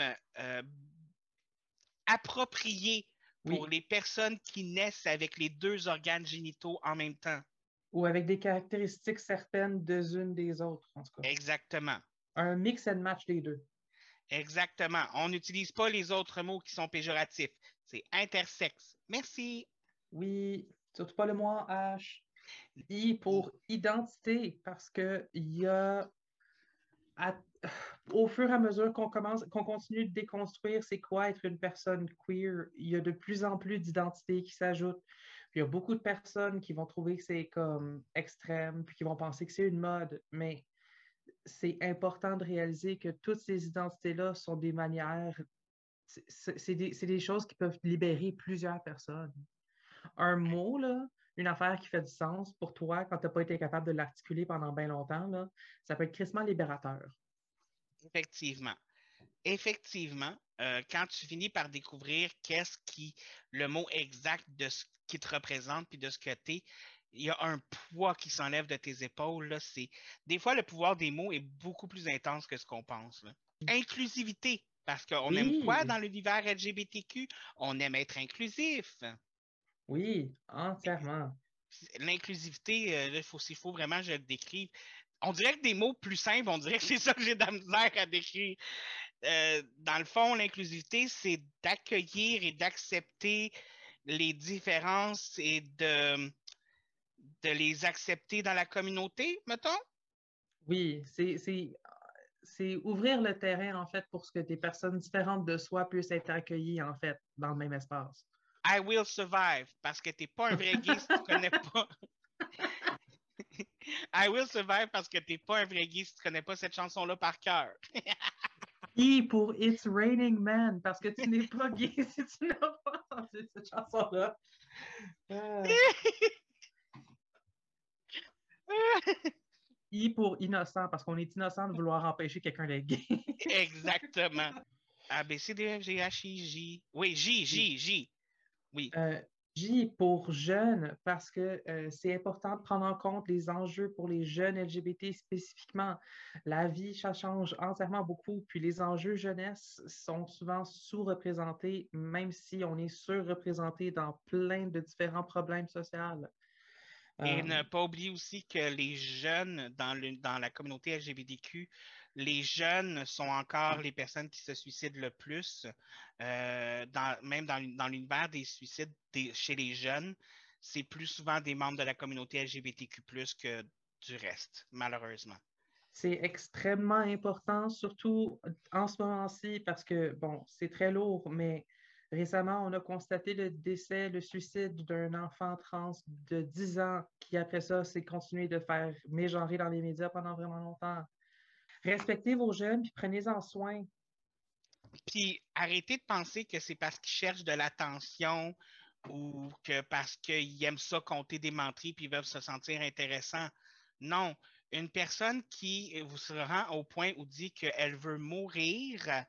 approprié pour oui. les personnes qui naissent avec les deux organes génitaux en même temps. Ou avec des caractéristiques certaines des unes des autres, en tout cas. Exactement. Un mix and match des deux. Exactement. On n'utilise pas les autres mots qui sont péjoratifs. C'est intersexe. Merci. Oui, surtout pas le mot en H. I I. pour identité, parce que il y a à- au fur et à mesure qu'on continue de déconstruire c'est quoi être une personne queer, il y a de plus en plus d'identités qui s'ajoutent. Puis il y a beaucoup de personnes qui vont trouver que c'est comme extrême, puis qui vont penser que c'est une mode, mais c'est important de réaliser que toutes ces identités-là sont des manières, c'est des choses qui peuvent libérer plusieurs personnes. Un mot, là, une affaire qui fait du sens pour toi quand tu n'as pas été capable de l'articuler pendant bien longtemps, là, ça peut être crissement libérateur. Effectivement. Effectivement, quand tu finis par découvrir le mot exact de ce qui te représente puis de ce que tu es, il y a un poids qui s'enlève de tes épaules. Là, des fois, le pouvoir des mots est beaucoup plus intense que ce qu'on pense. Là. Inclusivité, parce qu'on aime quoi Oui, dans l'univers LGBTQ? On aime être inclusif. oui, entièrement. L'inclusivité, il faut vraiment que je le décrive. On dirait que des mots plus simples, on dirait que c'est ça que j'ai de la misère à décrire. Dans le fond, l'inclusivité, c'est d'accueillir et d'accepter les différences et de les accepter dans la communauté, mettons. Oui, c'est ouvrir le terrain, en fait, pour ce que des personnes différentes de soi puissent être accueillies, en fait, dans le même espace. I will survive, parce que t'es pas un vrai gay si tu connais pas. I will survive parce que t'es pas un vrai gay si tu connais pas cette chanson-là par cœur. I pour It's Raining Man, parce que tu n'es pas gay si tu n'as pas entendu cette chanson-là. Ah. I pour innocent, parce qu'on est innocent de vouloir empêcher quelqu'un d'être gay. Exactement. A, B, C, D, F, G, H, I, J. Oui, J, Oui. J, J. Oui. Euh, J pour jeunes, parce que c'est important de prendre en compte les enjeux pour les jeunes LGBT spécifiquement. La vie, ça change entièrement beaucoup, puis les enjeux jeunesse sont souvent sous-représentés, même si on est surreprésenté dans plein de différents problèmes sociaux. Et Euh, ne pas oublier aussi que les jeunes dans la communauté LGBTQ, les jeunes sont encore les personnes qui se suicident le plus. Même dans l'univers des suicides chez les jeunes, c'est plus souvent des membres de la communauté LGBTQ+, que du reste, malheureusement. c'est extrêmement important, surtout en ce moment-ci, parce que, bon, c'est très lourd, mais récemment, on a constaté le décès, le suicide d'un enfant trans de 10 ans qui, après ça, s'est continué de faire mégenrer dans les médias pendant vraiment longtemps. Respectez vos jeunes, puis prenez-en soin. Puis arrêtez de penser que c'est parce qu'ils cherchent de l'attention ou que parce qu'ils aiment ça compter des menteries puis ils veulent se sentir intéressants. Non, une personne qui vous se rend au point où dit qu'elle veut mourir,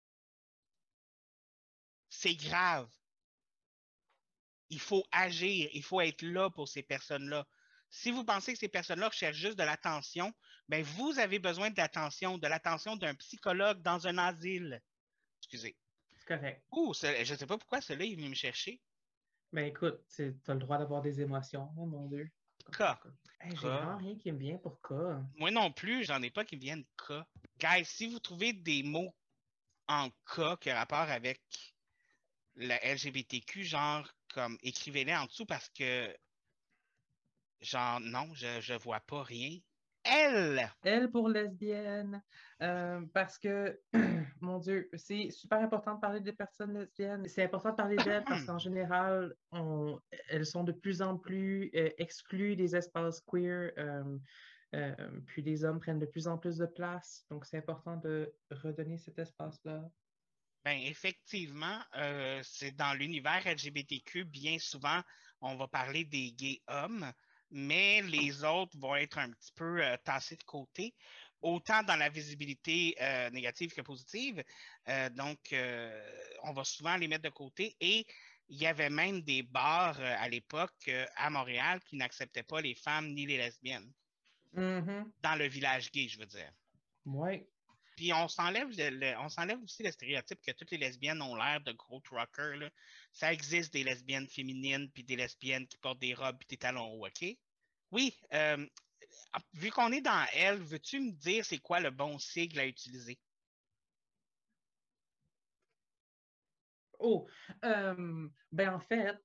c'est grave. Il faut agir, il faut être là pour ces personnes-là. Si vous pensez que ces personnes-là cherchent juste de l'attention, ben vous avez besoin de l'attention d'un psychologue dans un asile. Excusez. C'est correct. Ouh, je ne sais pas pourquoi celui-là est venu me chercher. Mais écoute, tu as le droit d'avoir des émotions, oh mon Dieu. K. Hey, j'ai vraiment K. rien qui me vient pour K. Moi non plus, j'en ai pas qui me viennent K. Guys, si vous trouvez des mots en K qui ont rapport avec la LGBTQ, genre, comme, écrivez-les en dessous parce que, genre, non, je vois pas rien. L. L pour lesbienne, parce que, mon Dieu, c'est super important de parler des personnes lesbiennes. C'est important de parler d'elles parce qu'en général, elles sont de plus en plus exclues des espaces queer, puis les hommes prennent de plus en plus de place. Donc, c'est important de redonner cet espace-là. Ben, effectivement, c'est dans l'univers LGBTQ, bien souvent, on va parler des gays hommes, mais les autres vont être un petit peu tassés de côté, autant dans la visibilité négative que positive. Donc, on va souvent les mettre de côté. Et il y avait même des bars à l'époque à Montréal qui n'acceptaient pas les femmes ni les lesbiennes, Mhm. dans le village gay, je veux dire. Ouais. Puis on s'enlève on s'enlève aussi le stéréotype que toutes les lesbiennes ont l'air de gros truckers, là. Ça existe des lesbiennes féminines puis des lesbiennes qui portent des robes puis des talons hauts, OK? Oui, vu qu'on est dans elle, veux-tu me dire c'est quoi le bon sigle à utiliser? Oh, ben en fait,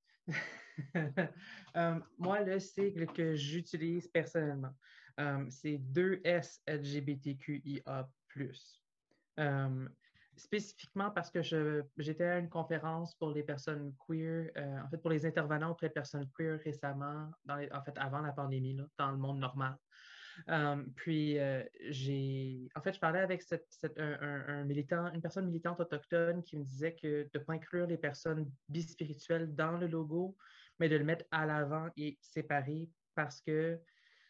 moi, le sigle que j'utilise personnellement, c'est 2S LGBTQIA+. Euh, Spécifiquement parce que j'étais à une conférence pour les personnes queer, en fait, pour les intervenants auprès de personnes queer récemment, en fait, avant la pandémie, là, dans le monde normal. Puis, en fait, je parlais avec un militant, une personne militante autochtone qui me disait que de ne pas inclure les personnes bispirituelles dans le logo, mais de le mettre à l'avant et séparé parce que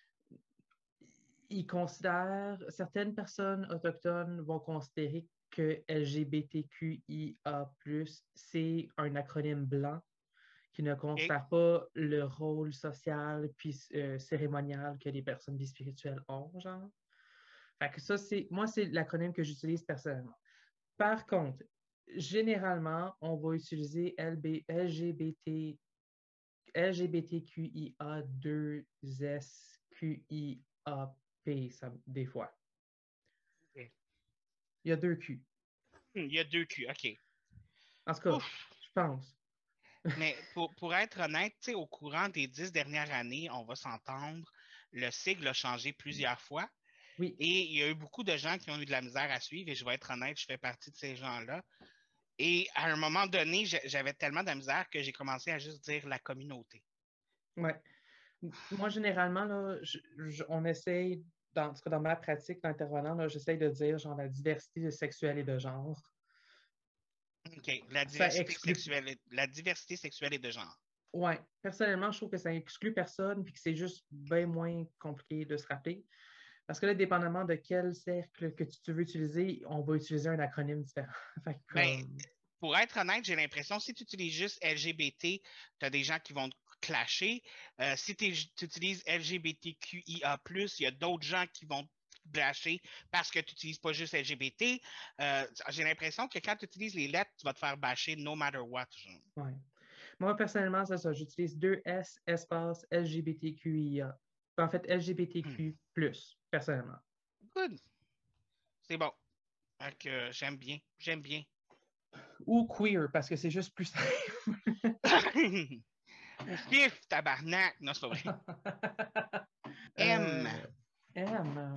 certaines personnes autochtones vont considérer que LGBTQIA+, c'est un acronyme blanc qui ne OK? considère pas le rôle social puis cérémonial que les personnes bispirituelles ont, genre. Fait que ça, moi, c'est l'acronyme que j'utilise personnellement. Par contre, généralement, on va utiliser LGBTQIA2SQIAP des fois. OK. Il y a deux Q. Il y a deux Q, OK. En tout cas, Ouf! je pense. Mais pour être honnête, tu sais, au courant des 10 dernières années, on va s'entendre, le sigle a changé plusieurs fois. Oui, Et il y a eu beaucoup de gens qui ont eu de la misère à suivre, et je vais être honnête, je fais partie de ces gens-là. Et à un moment donné, j'avais tellement de misère que j'ai commencé à juste dire la communauté. ouais. Moi, généralement, là, on essaye, en tout cas dans ma pratique d'intervenant, là, j'essaye de dire genre la diversité sexuelle et de genre. OK. Ça exclut. La diversité sexuelle et de genre. Ouais, personnellement, je trouve que ça exclut personne puis que c'est juste bien moins compliqué de se rappeler. Parce que là, dépendamment de quel cercle que tu veux utiliser, on va utiliser un acronyme différent. Fait que, Ben, pour être honnête, j'ai l'impression que si tu utilises juste LGBT, tu as des gens qui vont te clasher. Si tu utilises LGBTQIA+, il y a d'autres gens qui vont te clasher parce que tu n'utilises pas juste LGBT. J'ai l'impression que quand tu utilises les lettres, tu vas te faire bâcher no matter what, genre. ouais. Moi, personnellement, c'est ça. J'utilise 2S espace LGBTQIA. En fait, Hmm. LGBTQ+, personnellement. Good. C'est bon. Fait que, j'aime bien. J'aime bien. Ou queer, parce que c'est juste plus simple. Ou fif, tabarnak. Non, c'est pas vrai. M. Euh, M.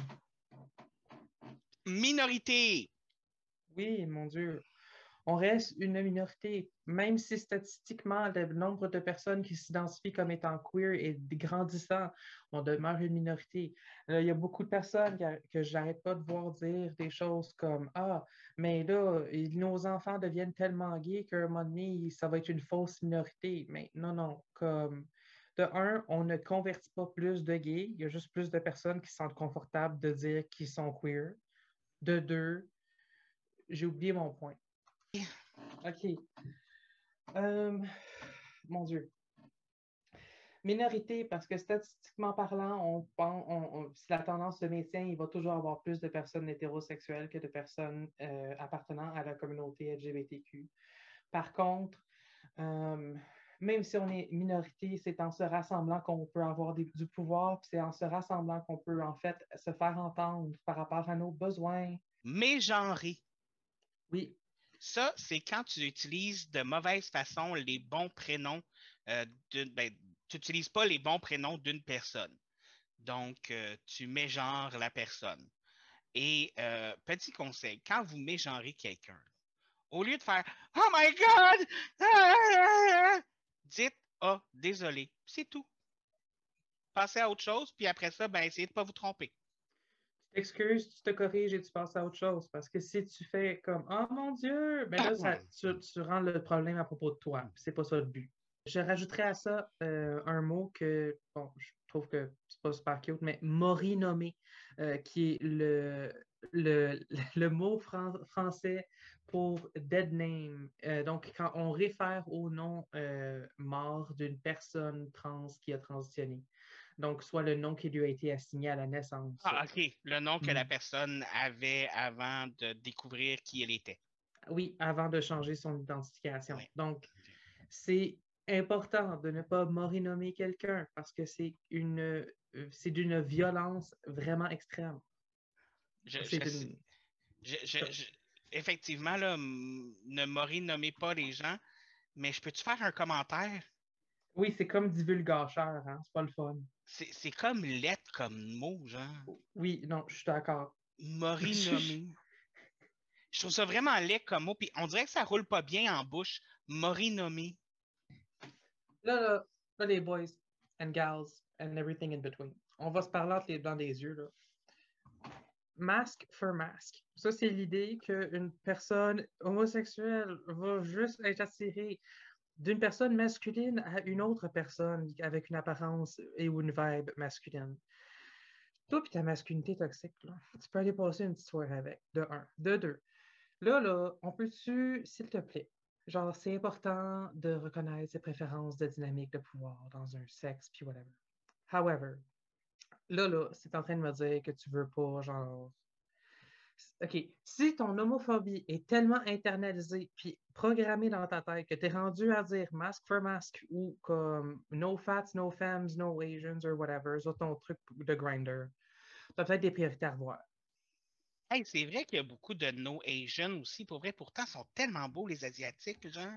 Minorité. Oui, mon Dieu. On reste une minorité, même si statistiquement, le nombre de personnes qui s'identifient comme étant queer est grandissant, on demeure une minorité. Il y a beaucoup de personnes que j'arrête pas de voir dire des choses comme Ah, mais là, nos enfants deviennent tellement gays qu'à un moment donné, ça va être une fausse minorité. Mais non, non, comme de un, on ne convertit pas plus de gays, il y a juste plus de personnes qui se sentent confortables de dire qu'ils sont queer. De deux, j'ai oublié mon point. OK. Euh, Mon Dieu. Minorité, parce que statistiquement parlant, si la tendance se maintient, il va toujours avoir plus de personnes hétérosexuelles que de personnes appartenant à la communauté LGBTQ. Par contre, euh, même si on est minorité, c'est en se rassemblant qu'on peut avoir du pouvoir, puis c'est en se rassemblant qu'on peut en fait se faire entendre par rapport à nos besoins. Mégenré. Oui, Ça, c'est quand tu utilises de mauvaise façon les bons prénoms ben, tu n'utilises pas les bons prénoms d'une personne. Donc, tu mégenres la personne. Et petit conseil, quand vous mégenrez quelqu'un, au lieu de faire Oh my God! Dites Ah, désolé. C'est tout. Passez à autre chose, puis après ça, ben, essayez de ne pas vous tromper. Tu t'excuses, tu te corriges et tu passes à autre chose. Parce que si tu fais comme Oh mon Dieu, ben là, tu rends le problème à propos de toi. C'est pas ça le but. Je rajouterais à ça un mot que, bon, je trouve que c'est pas super cute, mais morinommé, qui est le, le mot français pour dead name. Donc, quand on réfère au nom mort d'une personne trans qui a transitionné. Donc, soit le nom qui lui a été assigné à la naissance. Ah, OK. Le nom que la Mm. personne avait avant de découvrir qui elle était. Oui, avant de changer son identification. Oui. Donc, c'est important de ne pas morinommer quelqu'un parce que c'est d'une violence vraiment extrême. Je, C'est je, une, je, effectivement, là, ne m'aurait nommé pas les gens, mais je peux-tu faire un commentaire? oui, c'est comme divulgateur, hein? C'est pas le fun. C'est comme lettre comme mot, genre. Oui, non, je suis d'accord. M'aurait nommé. Je trouve ça vraiment laid comme mot, puis on dirait que ça roule pas bien en bouche. M'aurait nommé. Là, les boys and gals and everything in between. On va se parler dans les yeux, là. Masque for masque. Ça, c'est l'idée qu'une personne homosexuelle va juste être attirée d'une personne masculine à une autre personne avec une apparence et ou une vibe masculine. Toi puis ta masculinité toxique, là, tu peux aller passer une petite soirée avec, de un. De deux, là, on peut-tu, s'il te plaît, genre, c'est important de reconnaître ses préférences de dynamique de pouvoir dans un sexe, puis whatever. However, là, c'est en train de me dire que tu veux pas, genre, OK, si ton homophobie est tellement internalisée puis programmée dans ta tête que tu es rendu à dire masque for masque ou comme no fats, no femmes, no Asians or whatever, c'est ton truc de grinder, tu as peut-être des priorités à revoir. Hey, c'est vrai qu'il y a beaucoup de no Asian aussi. Pour vrai, pourtant, ils sont tellement beaux, les Asiatiques, genre.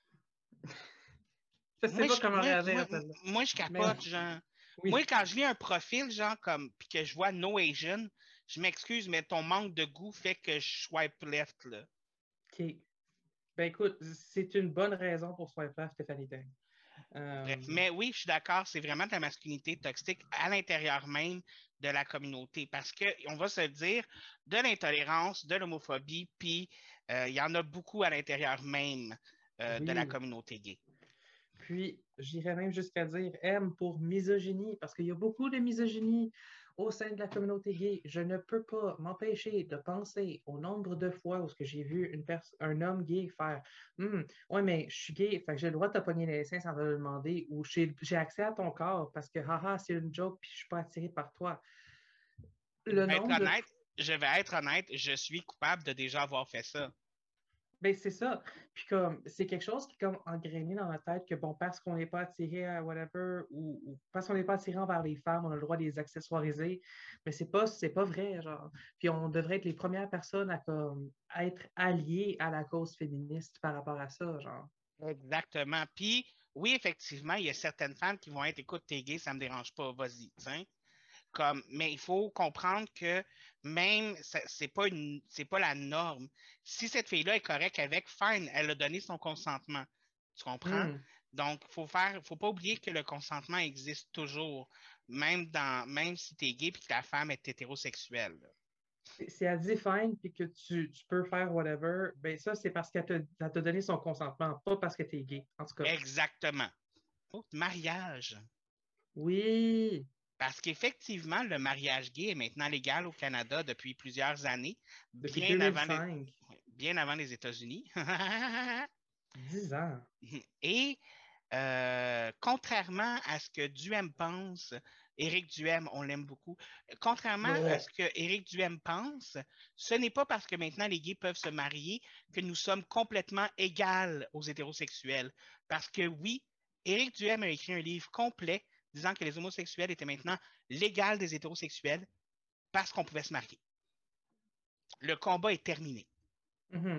Je sais pas comment réagir à celle-là. Moi, je Mais capote, genre. Moi, oui, quand je lis un profil, genre, comme, puis que je vois no Asian, je m'excuse, mais ton manque de goût fait que je swipe left, là. OK. Ben écoute, c'est une bonne raison pour swiper left, Stéphanie Deng. Bref, mais oui, je suis d'accord, c'est vraiment de la masculinité toxique à l'intérieur même de la communauté. Parce que, on va se le dire, de l'intolérance, de l'homophobie, puis il y en a beaucoup à l'intérieur même de la Oui. communauté gay. Puis, j'irais même jusqu'à dire M pour misogynie, parce qu'il y a beaucoup de misogynie au sein de la communauté gay. Je ne peux pas m'empêcher de penser au nombre de fois où j'ai vu un homme gay faire ouais, mais je suis gay, fait que j'ai le droit de te pogner les seins sans te le demander, ou j'ai accès à ton corps parce que haha, c'est une joke, puis je suis pas attiré par toi. Le nombre de Je vais être honnête, je suis coupable de déjà avoir fait ça. Ben, c'est ça. Puis comme, c'est quelque chose qui est comme engrainé dans la tête que, bon, parce qu'on n'est pas attiré à whatever, ou parce qu'on n'est pas attiré envers les femmes, on a le droit de les accessoiriser. Mais c'est pas vrai, genre. Puis on devrait être les premières personnes à comme être alliées à la cause féministe par rapport à ça, genre. Exactement. Puis, oui, effectivement, il y a certaines femmes qui vont être, écoute, t'es gay, ça me dérange pas, vas-y, tiens. Comme, mais il faut comprendre que même c'est pas la norme. Si cette fille-là est correcte avec, fine, elle a donné son consentement. Tu comprends? Hmm. Donc, faut pas oublier que le consentement existe toujours, même si tu es gay et que la femme est hétérosexuelle. Si elle dit fine, puis que tu peux faire whatever, ben ça, c'est parce qu'elle t'a donné son consentement, pas parce que t'es gay, en tout cas. Exactement. Oh, mariage. Oui, Parce qu'effectivement, le mariage gay est maintenant légal au Canada depuis plusieurs années, depuis 2005, bien avant les États-Unis. 10 ans. Et contrairement à ce que Duhem pense, Éric Duhem, on l'aime beaucoup, contrairement à ce que Éric Duhem pense, ce n'est pas parce que maintenant les gays peuvent se marier que nous sommes complètement égales aux hétérosexuels. Parce que oui, Éric Duhem a écrit un livre complet disant que les homosexuels étaient maintenant l'égal des hétérosexuels parce qu'on pouvait se marier. Le combat est terminé. Mhm.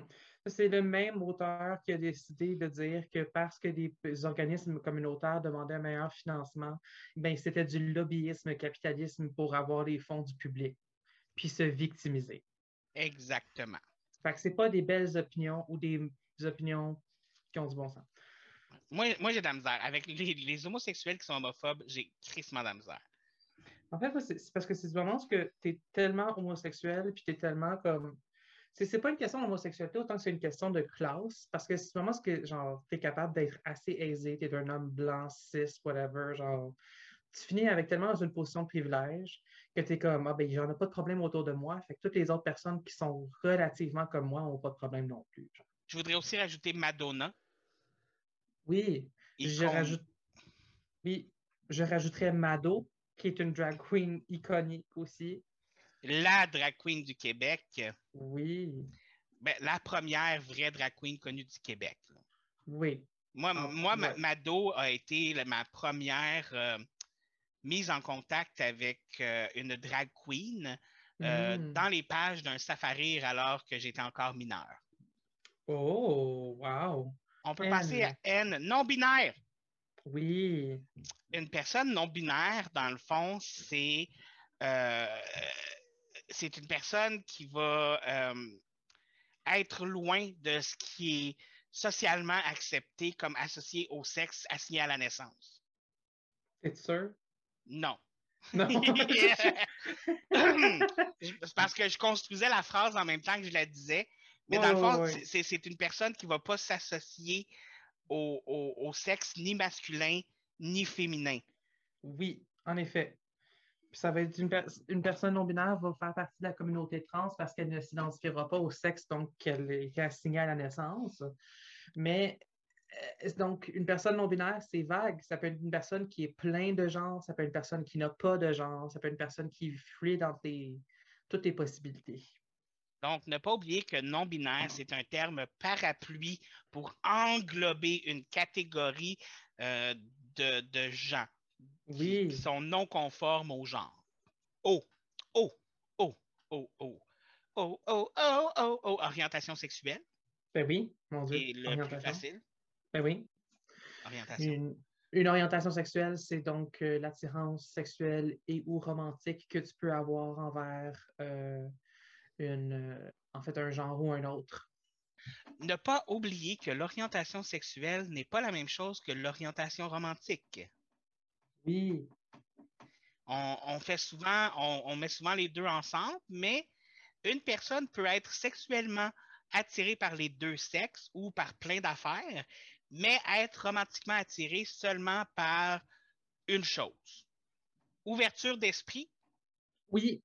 C'est le même auteur qui a décidé de dire que parce que des organismes communautaires demandaient un meilleur financement, ben, c'était du lobbyisme, capitalisme pour avoir les fonds du public, puis se victimiser. Exactement. Fait que c'est pas des belles opinions ou des opinions qui ont du bon sens. Moi j'ai de la misère. Avec les homosexuels qui sont homophobes, j'ai crissement de la misère. En fait, moi, c'est parce que c'est du moment que tu es tellement homosexuel, puis tu es tellement comme. C'est pas une question d'homosexualité autant que c'est une question de classe, parce que c'est vraiment ce que, genre, tu es capable d'être assez aisé, tu es un homme blanc, cis, whatever, genre, tu finis avec tellement dans une position de privilège que tu es comme, ah ben, j'en ai pas de problème autour de moi, fait que toutes les autres personnes qui sont relativement comme moi n'ont pas de problème non plus. Genre. Je voudrais aussi rajouter Madonna. Oui, je Icône. rajoute, oui, je rajouterais Mado, qui est une drag queen iconique aussi. La drag queen du Québec. Oui, Ben, la première vraie drag queen connue du Québec. Là. oui. Ouais. Mado a été ma première mise en contact avec une drag queen Hmm. dans les pages d'un Safari alors que j'étais encore mineur. Oh, wow. On peut passer à N. N, non-binaire. Oui, Une personne non-binaire, dans le fond, euh, c'est une personne qui va être loin de ce qui est socialement accepté comme associé au sexe assigné à la naissance. c'est sûr? Non. Non. C'est parce que je construisais la phrase en même temps que je la disais. Mais Ouais, dans le ouais, fond, ouais. c'est une personne qui ne va pas s'associer au sexe ni masculin ni féminin. Oui, en effet. Puis ça va être une personne non-binaire va faire partie de la communauté trans parce qu'elle ne s'identifiera pas au sexe donc qu'elle est assignée à la naissance. Mais donc, une personne non-binaire, c'est vague. Ça peut être une personne qui est plein de genres, ça peut être une personne qui n'a pas de genre, ça peut être une personne qui fuit dans toutes les possibilités. Donc, ne pas oublier que non-binaire, c'est un terme parapluie pour englober une catégorie de gens qui Oui, sont non conformes au genre. Oh, oh, oh, oh, oh, oh, oh, oh, oh, oh, orientation sexuelle, ben oui, mon qui Dieu, est le plus orientation. facile. Ben oui. Orientation. Une, une orientation sexuelle, c'est donc l'attirance sexuelle et ou romantique que tu peux avoir envers en fait, un genre ou un autre. Ne pas oublier que l'orientation sexuelle n'est pas la même chose que l'orientation romantique. Oui, On fait souvent, on met souvent les deux ensemble, mais une personne peut être sexuellement attirée par les deux sexes ou par plein d'affaires, mais être romantiquement attirée seulement par une chose. Ouverture d'esprit, oui,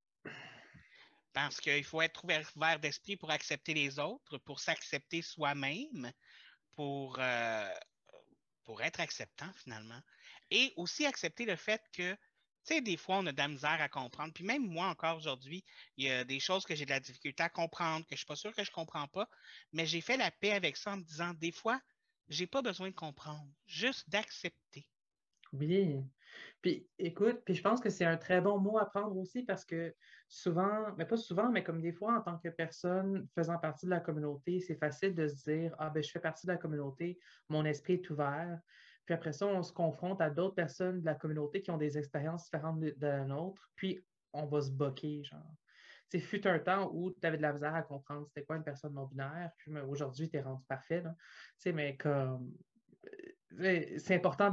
parce qu'il faut être ouvert d'esprit pour accepter les autres, pour s'accepter soi-même, pour, euh, pour être acceptant finalement. Et aussi accepter le fait que, tu sais, des fois, on a de la misère à comprendre. Puis même moi, encore aujourd'hui, il y a des choses que j'ai de la difficulté à comprendre, que je ne suis pas sûr que je ne comprends pas, mais j'ai fait la paix avec ça en me disant, des fois, j'ai pas besoin de comprendre, juste d'accepter. oui. Puis écoute, puis je pense que c'est un très bon mot à prendre aussi parce que souvent, mais pas souvent, mais comme des fois, en tant que personne faisant partie de la communauté, c'est facile de se dire, ah ben je fais partie de la communauté, mon esprit est ouvert. Puis après ça, on se confronte à d'autres personnes de la communauté qui ont des expériences différentes de la nôtre, puis on va se boquer, genre. Tu sais, fut un temps où tu avais de la misère à comprendre c'était quoi une personne non-binaire, puis aujourd'hui, tu es rendu parfait, là. Tu sais, mais comme c'est important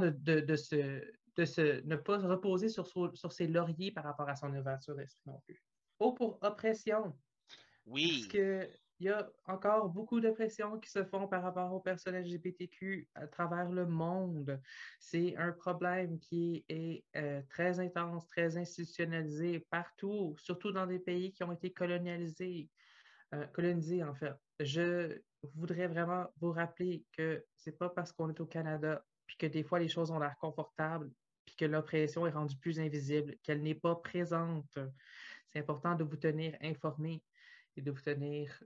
de ne pas se reposer sur ses lauriers par rapport à son ouverture d'esprit non plus. O pour oppression, parce Oui, qu'il y a encore beaucoup d'oppressions qui se font par rapport aux personnes LGBTQ à travers le monde. C'est un problème qui est très intense, très institutionnalisé partout, surtout dans des pays qui ont été colonisés en fait. Je voudrais vraiment vous rappeler que c'est pas parce qu'on est au Canada puis que des fois les choses ont l'air confortables puis que l'oppression est rendue plus invisible, qu'elle n'est pas présente. C'est important de vous tenir informé et de vous tenir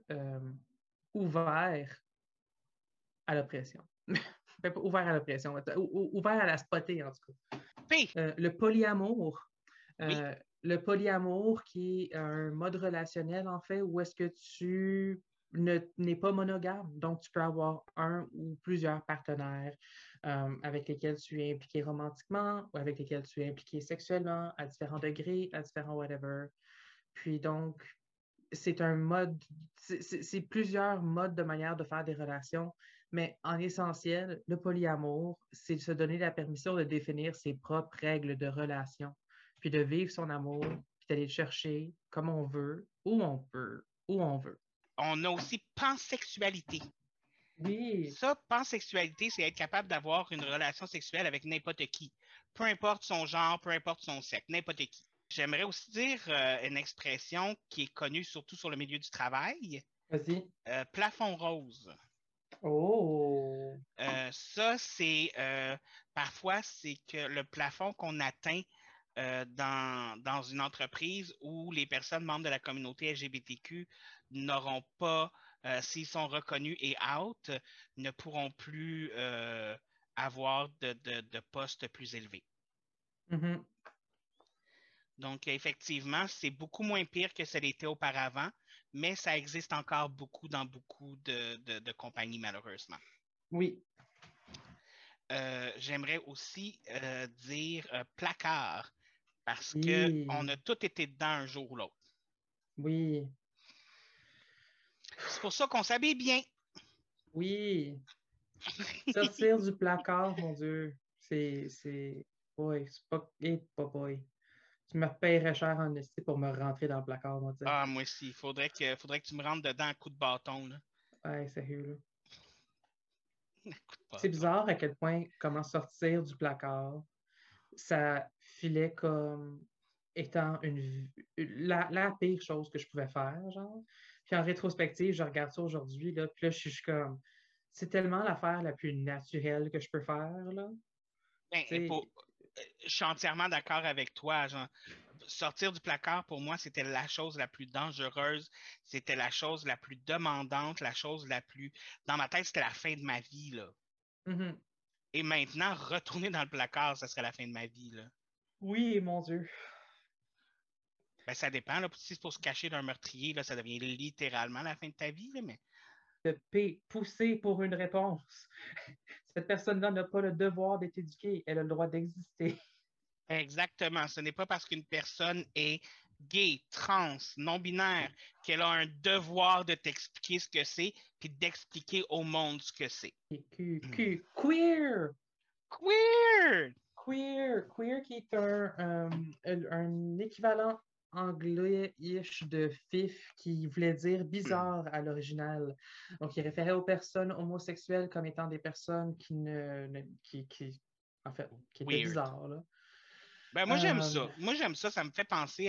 ouvert à l'oppression. Ouvert à l'oppression, ouvert à la spotter en tout cas. P, Le polyamour, oui, le polyamour qui est un mode relationnel, en fait, où est-ce que tu n'est pas monogame. Donc, tu peux avoir un ou plusieurs partenaires avec lesquels tu es impliqué romantiquement ou avec lesquels tu es impliqué sexuellement à différents degrés, à différents whatever. Puis donc, c'est un mode, c'est plusieurs modes de manière de faire des relations, mais en essentiel, le polyamour, c'est se donner la permission de définir ses propres règles de relation, puis de vivre son amour, puis d'aller le chercher comme on veut, où on peut, où on veut. On a aussi pansexualité. Oui. Ça, pansexualité, c'est être capable d'avoir une relation sexuelle avec n'importe qui. Peu importe son genre, peu importe son sexe, n'importe qui. J'aimerais aussi dire une expression qui est connue surtout sur le milieu du travail, Vas-y. plafond rose. Oh. Ça, c'est parfois, c'est que le plafond qu'on atteint dans une entreprise où les personnes membres de la communauté LGBTQ n'auront pas, s'ils sont reconnus et out, ne pourront plus avoir de postes plus élevés. Mhm. Donc, effectivement, c'est beaucoup moins pire que ça l'était auparavant, mais ça existe encore beaucoup dans beaucoup de compagnies, malheureusement. Oui. J'aimerais aussi dire placard, parce qu'on Oui. a tous été dedans un jour ou l'autre. Oui. C'est pour ça qu'on s'habille bien. Oui. Sortir du placard, mon Dieu. C'est. Oui, c'est pas. Pas boy. Tu me paierais cher en esti pour me rentrer dans le placard, moi, tu sais. Ah, moi aussi. Faudrait que tu me rentres dedans à coup de bâton, là. Ouais, sérieux, là. Coup de C'est bâton. bizarre à quel point comment sortir du placard, ça filait comme étant la pire chose que je pouvais faire, genre. Puis en rétrospective, je regarde ça aujourd'hui, là, puis là, je suis comme, c'est tellement l'affaire la plus naturelle que je peux faire, là. Ben, Tu sais, je suis entièrement d'accord avec toi. Genre, sortir du placard, pour moi, c'était la chose la plus dangereuse. C'était la chose la plus demandante, la chose la plus... Dans ma tête, c'était la fin de ma vie, là. mhm. Et maintenant, retourner dans le placard, ça serait la fin de ma vie, là. Oui, mon Dieu. Ben, ça dépend. Là. Si c'est pour se cacher d'un meurtrier, là, ça devient littéralement la fin de ta vie. Là, mais... De pousser pour une réponse. Cette personne-là n'a pas le devoir d'être éduquée, elle a le droit d'exister. Exactement. Ce n'est pas parce qu'une personne est gay, trans, non-binaire, qu'elle a un devoir de t'expliquer ce que c'est, puis d'expliquer au monde ce que c'est. Queer! Queer! Queer qui est un équivalent anglais-ish de FIF qui voulait dire bizarre à l'original. Donc, il référait aux personnes homosexuelles comme étant des personnes en fait, qui étaient Weird. bizarres, là. Ben, moi, j'aime Euh, ça. Moi, j'aime ça. Ça me fait penser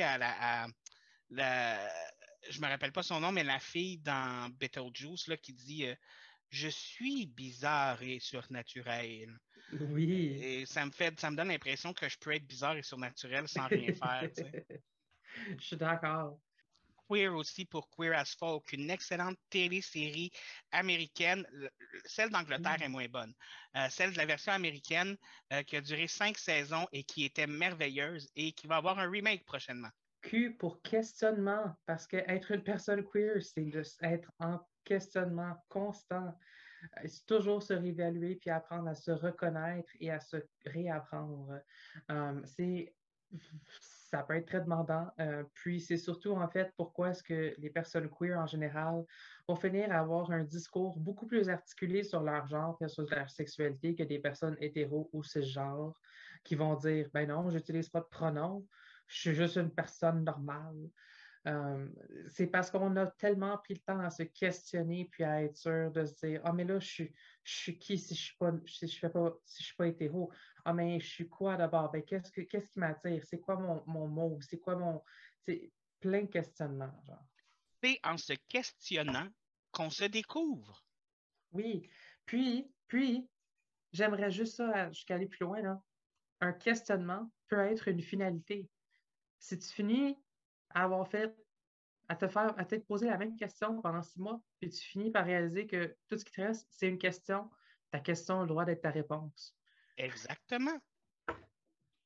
à je me rappelle pas son nom, mais la fille dans Beetlejuice là, qui dit je suis bizarre et surnaturel. oui. Et ça me donne l'impression que je peux être bizarre et surnaturel sans rien faire, tu sais. Je suis d'accord. Queer aussi pour Queer as Folk, une excellente télésérie américaine. Celle d'Angleterre est moins bonne. Celle de la version américaine qui a duré 5 saisons et qui était merveilleuse et qui va avoir un remake prochainement. Q pour questionnement, parce que être une personne queer, c'est être en questionnement constant. C'est toujours se réévaluer puis apprendre à se reconnaître et à se réapprendre. C'est ça peut être très demandant. Puis c'est surtout en fait pourquoi est-ce que les personnes queer en général vont finir à avoir un discours beaucoup plus articulé sur leur genre et sur leur sexualité que des personnes hétéros ou cisgenres qui vont dire ben non, j'utilise pas de pronoms, je suis juste une personne normale. Euh, c'est parce qu'on a tellement pris le temps à se questionner puis à être sûr de se dire ah mais là je suis qui si je suis pas si je fais pas si je suis pas hétéro, ah mais je suis quoi d'abord, ben qu'est-ce qui m'attire, c'est quoi mon mot, c'est quoi mon, c'est plein de questionnements genre. C'est en se questionnant qu'on se découvre. Oui, puis j'aimerais juste ça jusqu'à aller plus loin là. Un questionnement peut être une finalité. Si tu finis à avoir fait à t'être posé la même question pendant 6 mois, puis tu finis par réaliser que tout ce qui te reste, c'est une question. Ta question a le droit d'être ta réponse. Exactement.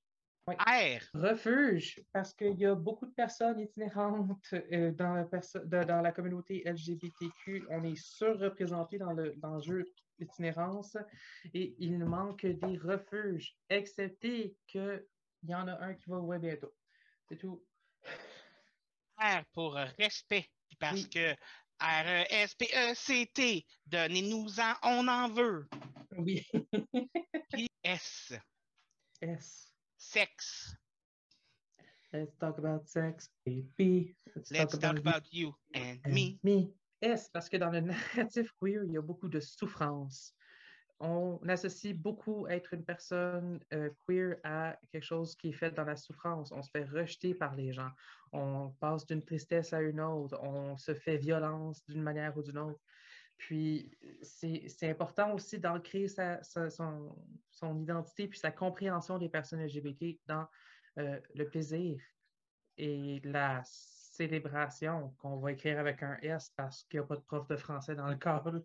Oui. R. Refuge, parce qu'il y a beaucoup de personnes itinérantes dans la communauté LGBTQ. On est surreprésenté dans l'enjeu itinérance et il nous manque des refuges, excepté qu'il y en a un qui va ouvrir bientôt. C'est tout. R pour respect, parce Oui, que RESPECT, donnez-nous-en, on en veut. oui. Puis S. S. Sexe. Let's talk about sex, baby. Let's talk about you and me. me. S, parce que dans le narratif queer, il y a beaucoup de souffrance. On associe beaucoup être une personne queer à quelque chose qui est fait dans la souffrance. On se fait rejeter par les gens. On passe d'une tristesse à une autre. On se fait violence d'une manière ou d'une autre. Puis, c'est important aussi d'ancrer son identité puis sa compréhension des personnes LGBT dans le plaisir et la célébration qu'on va écrire avec un S parce qu'il n'y a pas de prof de français dans le cadre.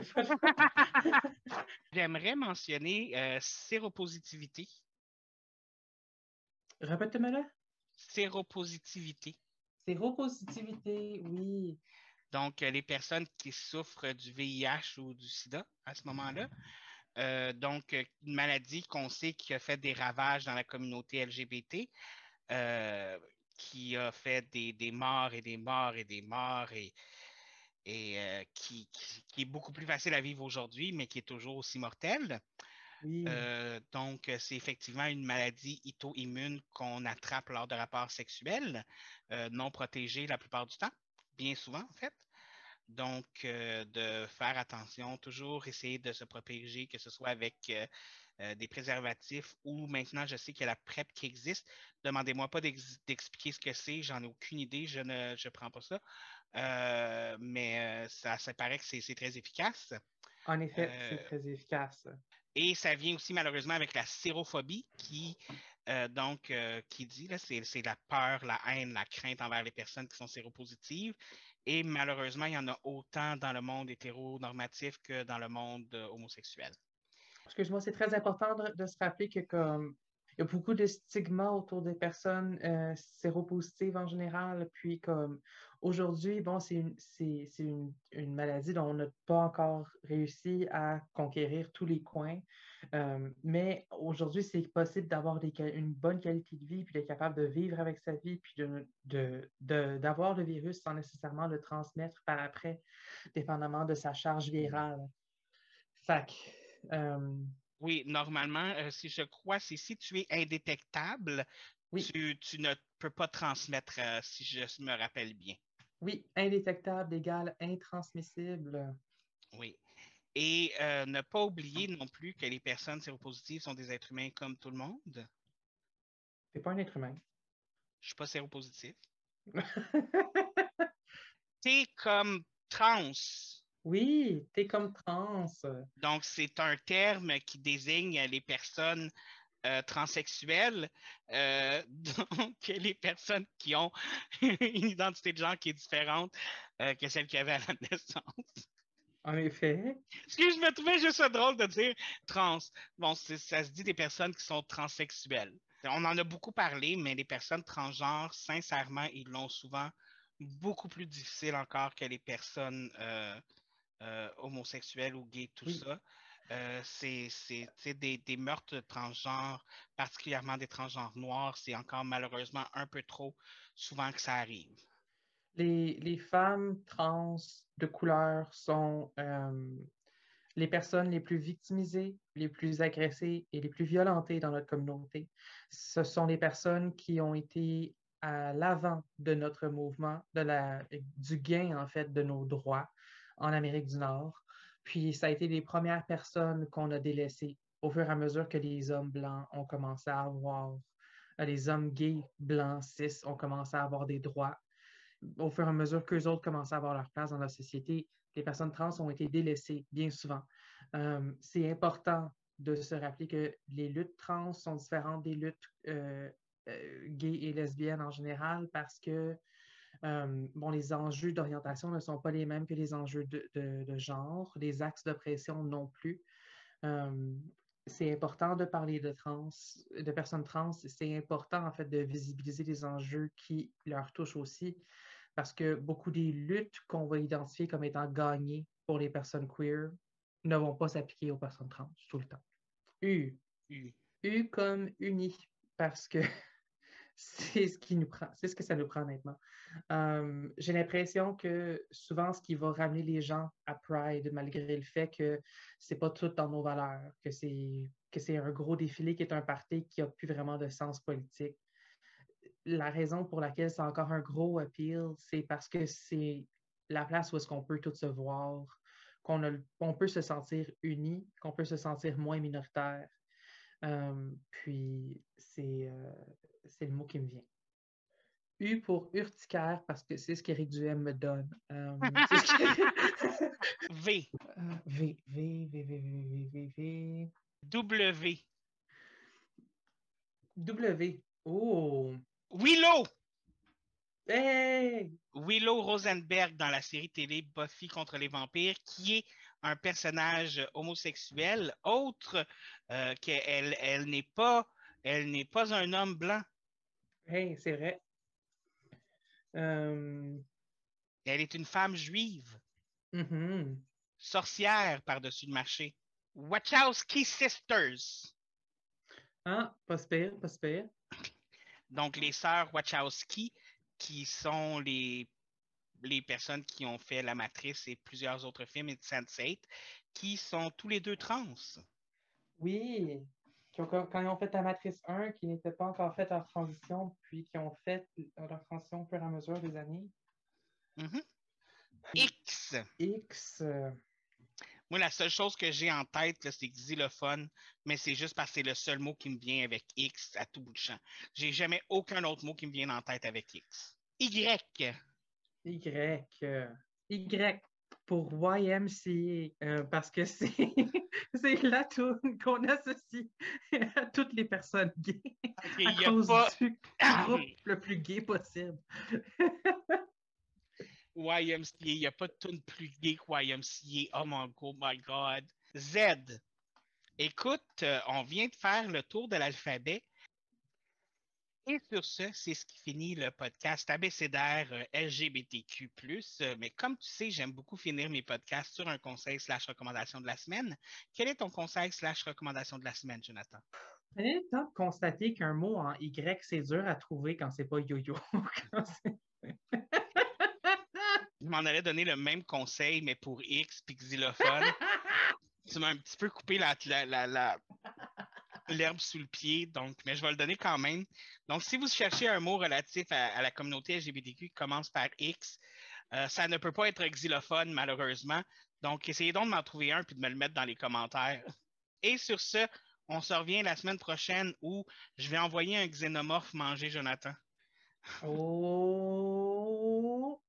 J'aimerais mentionner séropositivité. Répète-moi là. Séropositivité. Séropositivité, oui. Donc, les personnes qui souffrent du VIH ou du sida à ce moment-là. Donc, une maladie qu'on sait qui a fait des ravages dans la communauté LGBT, qui a fait des morts et des morts et des morts et qui est beaucoup plus facile à vivre aujourd'hui, mais qui est toujours aussi mortelle. Oui. Donc, c'est effectivement une maladie auto-immune qu'on attrape lors de rapports sexuels, non protégés la plupart du temps, bien souvent en fait. Donc, de faire attention, toujours essayer de se protéger, que ce soit avec des préservatifs ou maintenant, je sais qu'il y a la PrEP qui existe. Demandez-moi pas d'expliquer ce que c'est, j'en ai aucune idée, je ne prends pas ça. Mais ça paraît que c'est très efficace. En effet, c'est Euh, très efficace. et ça vient aussi malheureusement avec la sérophobie qui dit, là, c'est la peur, la haine, la crainte envers les personnes qui sont séropositives. Et malheureusement, il y en a autant dans le monde hétéronormatif que dans le monde homosexuel. Excuse-moi, c'est très important de se rappeler que comme il y a beaucoup de stigmas autour des personnes séropositives en général. Puis comme aujourd'hui, bon, c'est une maladie dont on n'a pas encore réussi à conquérir tous les coins. Mais aujourd'hui, c'est possible d'avoir une bonne qualité de vie, puis d'être capable de vivre avec sa vie, puis d'avoir le virus sans nécessairement le transmettre par après, dépendamment de sa charge virale. Fait que, Oui, normalement, si je crois, c'est si tu es indétectable, oui, tu ne peux pas transmettre, si je me rappelle bien. oui, indétectable égale intransmissible. Oui. Et ne pas oublier non plus que les personnes séropositives sont des êtres humains comme tout le monde. C'est pas un être humain. Je suis pas séropositif. T'es comme trans. Oui, t'es comme trans. Donc, c'est un terme qui désigne les personnes transsexuelles, donc les personnes qui ont une identité de genre qui est différente que celle qu'il y avait à la naissance. En effet. Ce que je me trouvais juste drôle de dire trans. Bon, ça se dit des personnes qui sont transsexuelles. On en a beaucoup parlé, mais les personnes transgenres, sincèrement, ils l'ont souvent beaucoup plus difficile encore que les personnes homosexuels ou gays, tout Oui. ça. C'est des meurtres transgenres, particulièrement des transgenres noirs, c'est encore malheureusement un peu trop souvent que ça arrive. Les femmes trans de couleur sont les personnes les plus victimisées, les plus agressées et les plus violentées dans notre communauté. Ce sont les personnes qui ont été à l'avant de notre mouvement, du gain en fait de nos droits en Amérique du Nord. Puis ça a été les premières personnes qu'on a délaissées au fur et à mesure que les hommes blancs ont commencé à avoir, les hommes gays, blancs, cis ont commencé à avoir des droits. Au fur et à mesure qu'eux autres commençaient à avoir leur place dans la société, les personnes trans ont été délaissées bien souvent. C'est important de se rappeler que les luttes trans sont différentes des luttes gays et lesbiennes en général parce que bon, les enjeux d'orientation ne sont pas les mêmes que les enjeux de genre, les axes d'oppression non plus. Euh, c'est important de parler de personnes trans. C'est important, en fait, de visibiliser les enjeux qui leur touchent aussi, parce que beaucoup des luttes qu'on va identifier comme étant gagnées pour les personnes queer ne vont pas s'appliquer aux personnes trans tout le temps. U comme uni, parce que c'est ce qui nous prend, c'est ce que ça nous prend honnêtement. J'ai l'impression que souvent, ce qui va ramener les gens à Pride, malgré le fait que c'est pas tout dans nos valeurs, que c'est un gros défilé qui est un party qui a plus vraiment de sens politique. La raison pour laquelle c'est encore un gros appeal, c'est parce que c'est la place où est-ce qu'on peut tous se voir, qu'on peut se sentir unis, qu'on peut se sentir moins minoritaire. Puis c'est le mot qui me vient. U pour urticaire parce que c'est ce qu'Éric Duhem me donne. V. V, V, V, V, V, V, V, V. W. W. Oh! Willow! Hey! Willow Rosenberg dans la série télé Buffy contre les vampires, qui est un personnage homosexuel, autre qu'elle elle n'est pas un homme blanc. Hey, c'est vrai. Elle est une femme juive. Mm-hmm. Sorcière par-dessus le marché. Wachowski Sisters. Ah, pas super, pas super. Donc, les sœurs Wachowski, qui sont les personnes qui ont fait La Matrice et plusieurs autres films et Sense8, qui sont tous les deux trans. Oui, quand ils ont fait la Matrice 1, qui n'était pas encore faite en transition, puis qui ont fait leur transition au fur et à mesure des années. Mm-hmm. X. X. Moi, la seule chose que j'ai en tête, là, c'est xylophone, mais c'est juste parce que c'est le seul mot qui me vient avec X à tout bout de champ. J'ai jamais aucun autre mot qui me vient en tête avec X. Y. Y pour YMCA, parce que c'est c'est la tune qu'on associe à toutes les personnes gays à cause du groupe le plus gay possible. YMCA, il n'y a pas de tune plus gay que YMCA. Oh my God. Z. Écoute, on vient de faire le tour de l'alphabet. Et sur ce, c'est ce qui finit le podcast abécédaire LGBTQ+. Mais comme tu sais, j'aime beaucoup finir mes podcasts sur un conseil/recommandation de la semaine. Quel est ton conseil/recommandation de la semaine, Jonathan? Prenez le temps de constater qu'un mot en Y, c'est dur à trouver quand c'est pas yo-yo. Je m'en allais donner le même conseil, mais pour X puis xylophone. Tu m'as un petit peu coupé l'herbe sous le pied, donc, mais je vais le donner quand même. Donc, si vous cherchez un mot relatif à la communauté LGBTQ qui commence par X, ça ne peut pas être xylophone, malheureusement. Donc, essayez donc de m'en trouver un puis de me le mettre dans les commentaires. Et sur ce, on se revient la semaine prochaine où je vais envoyer un xénomorphe manger Jonathan. Oh!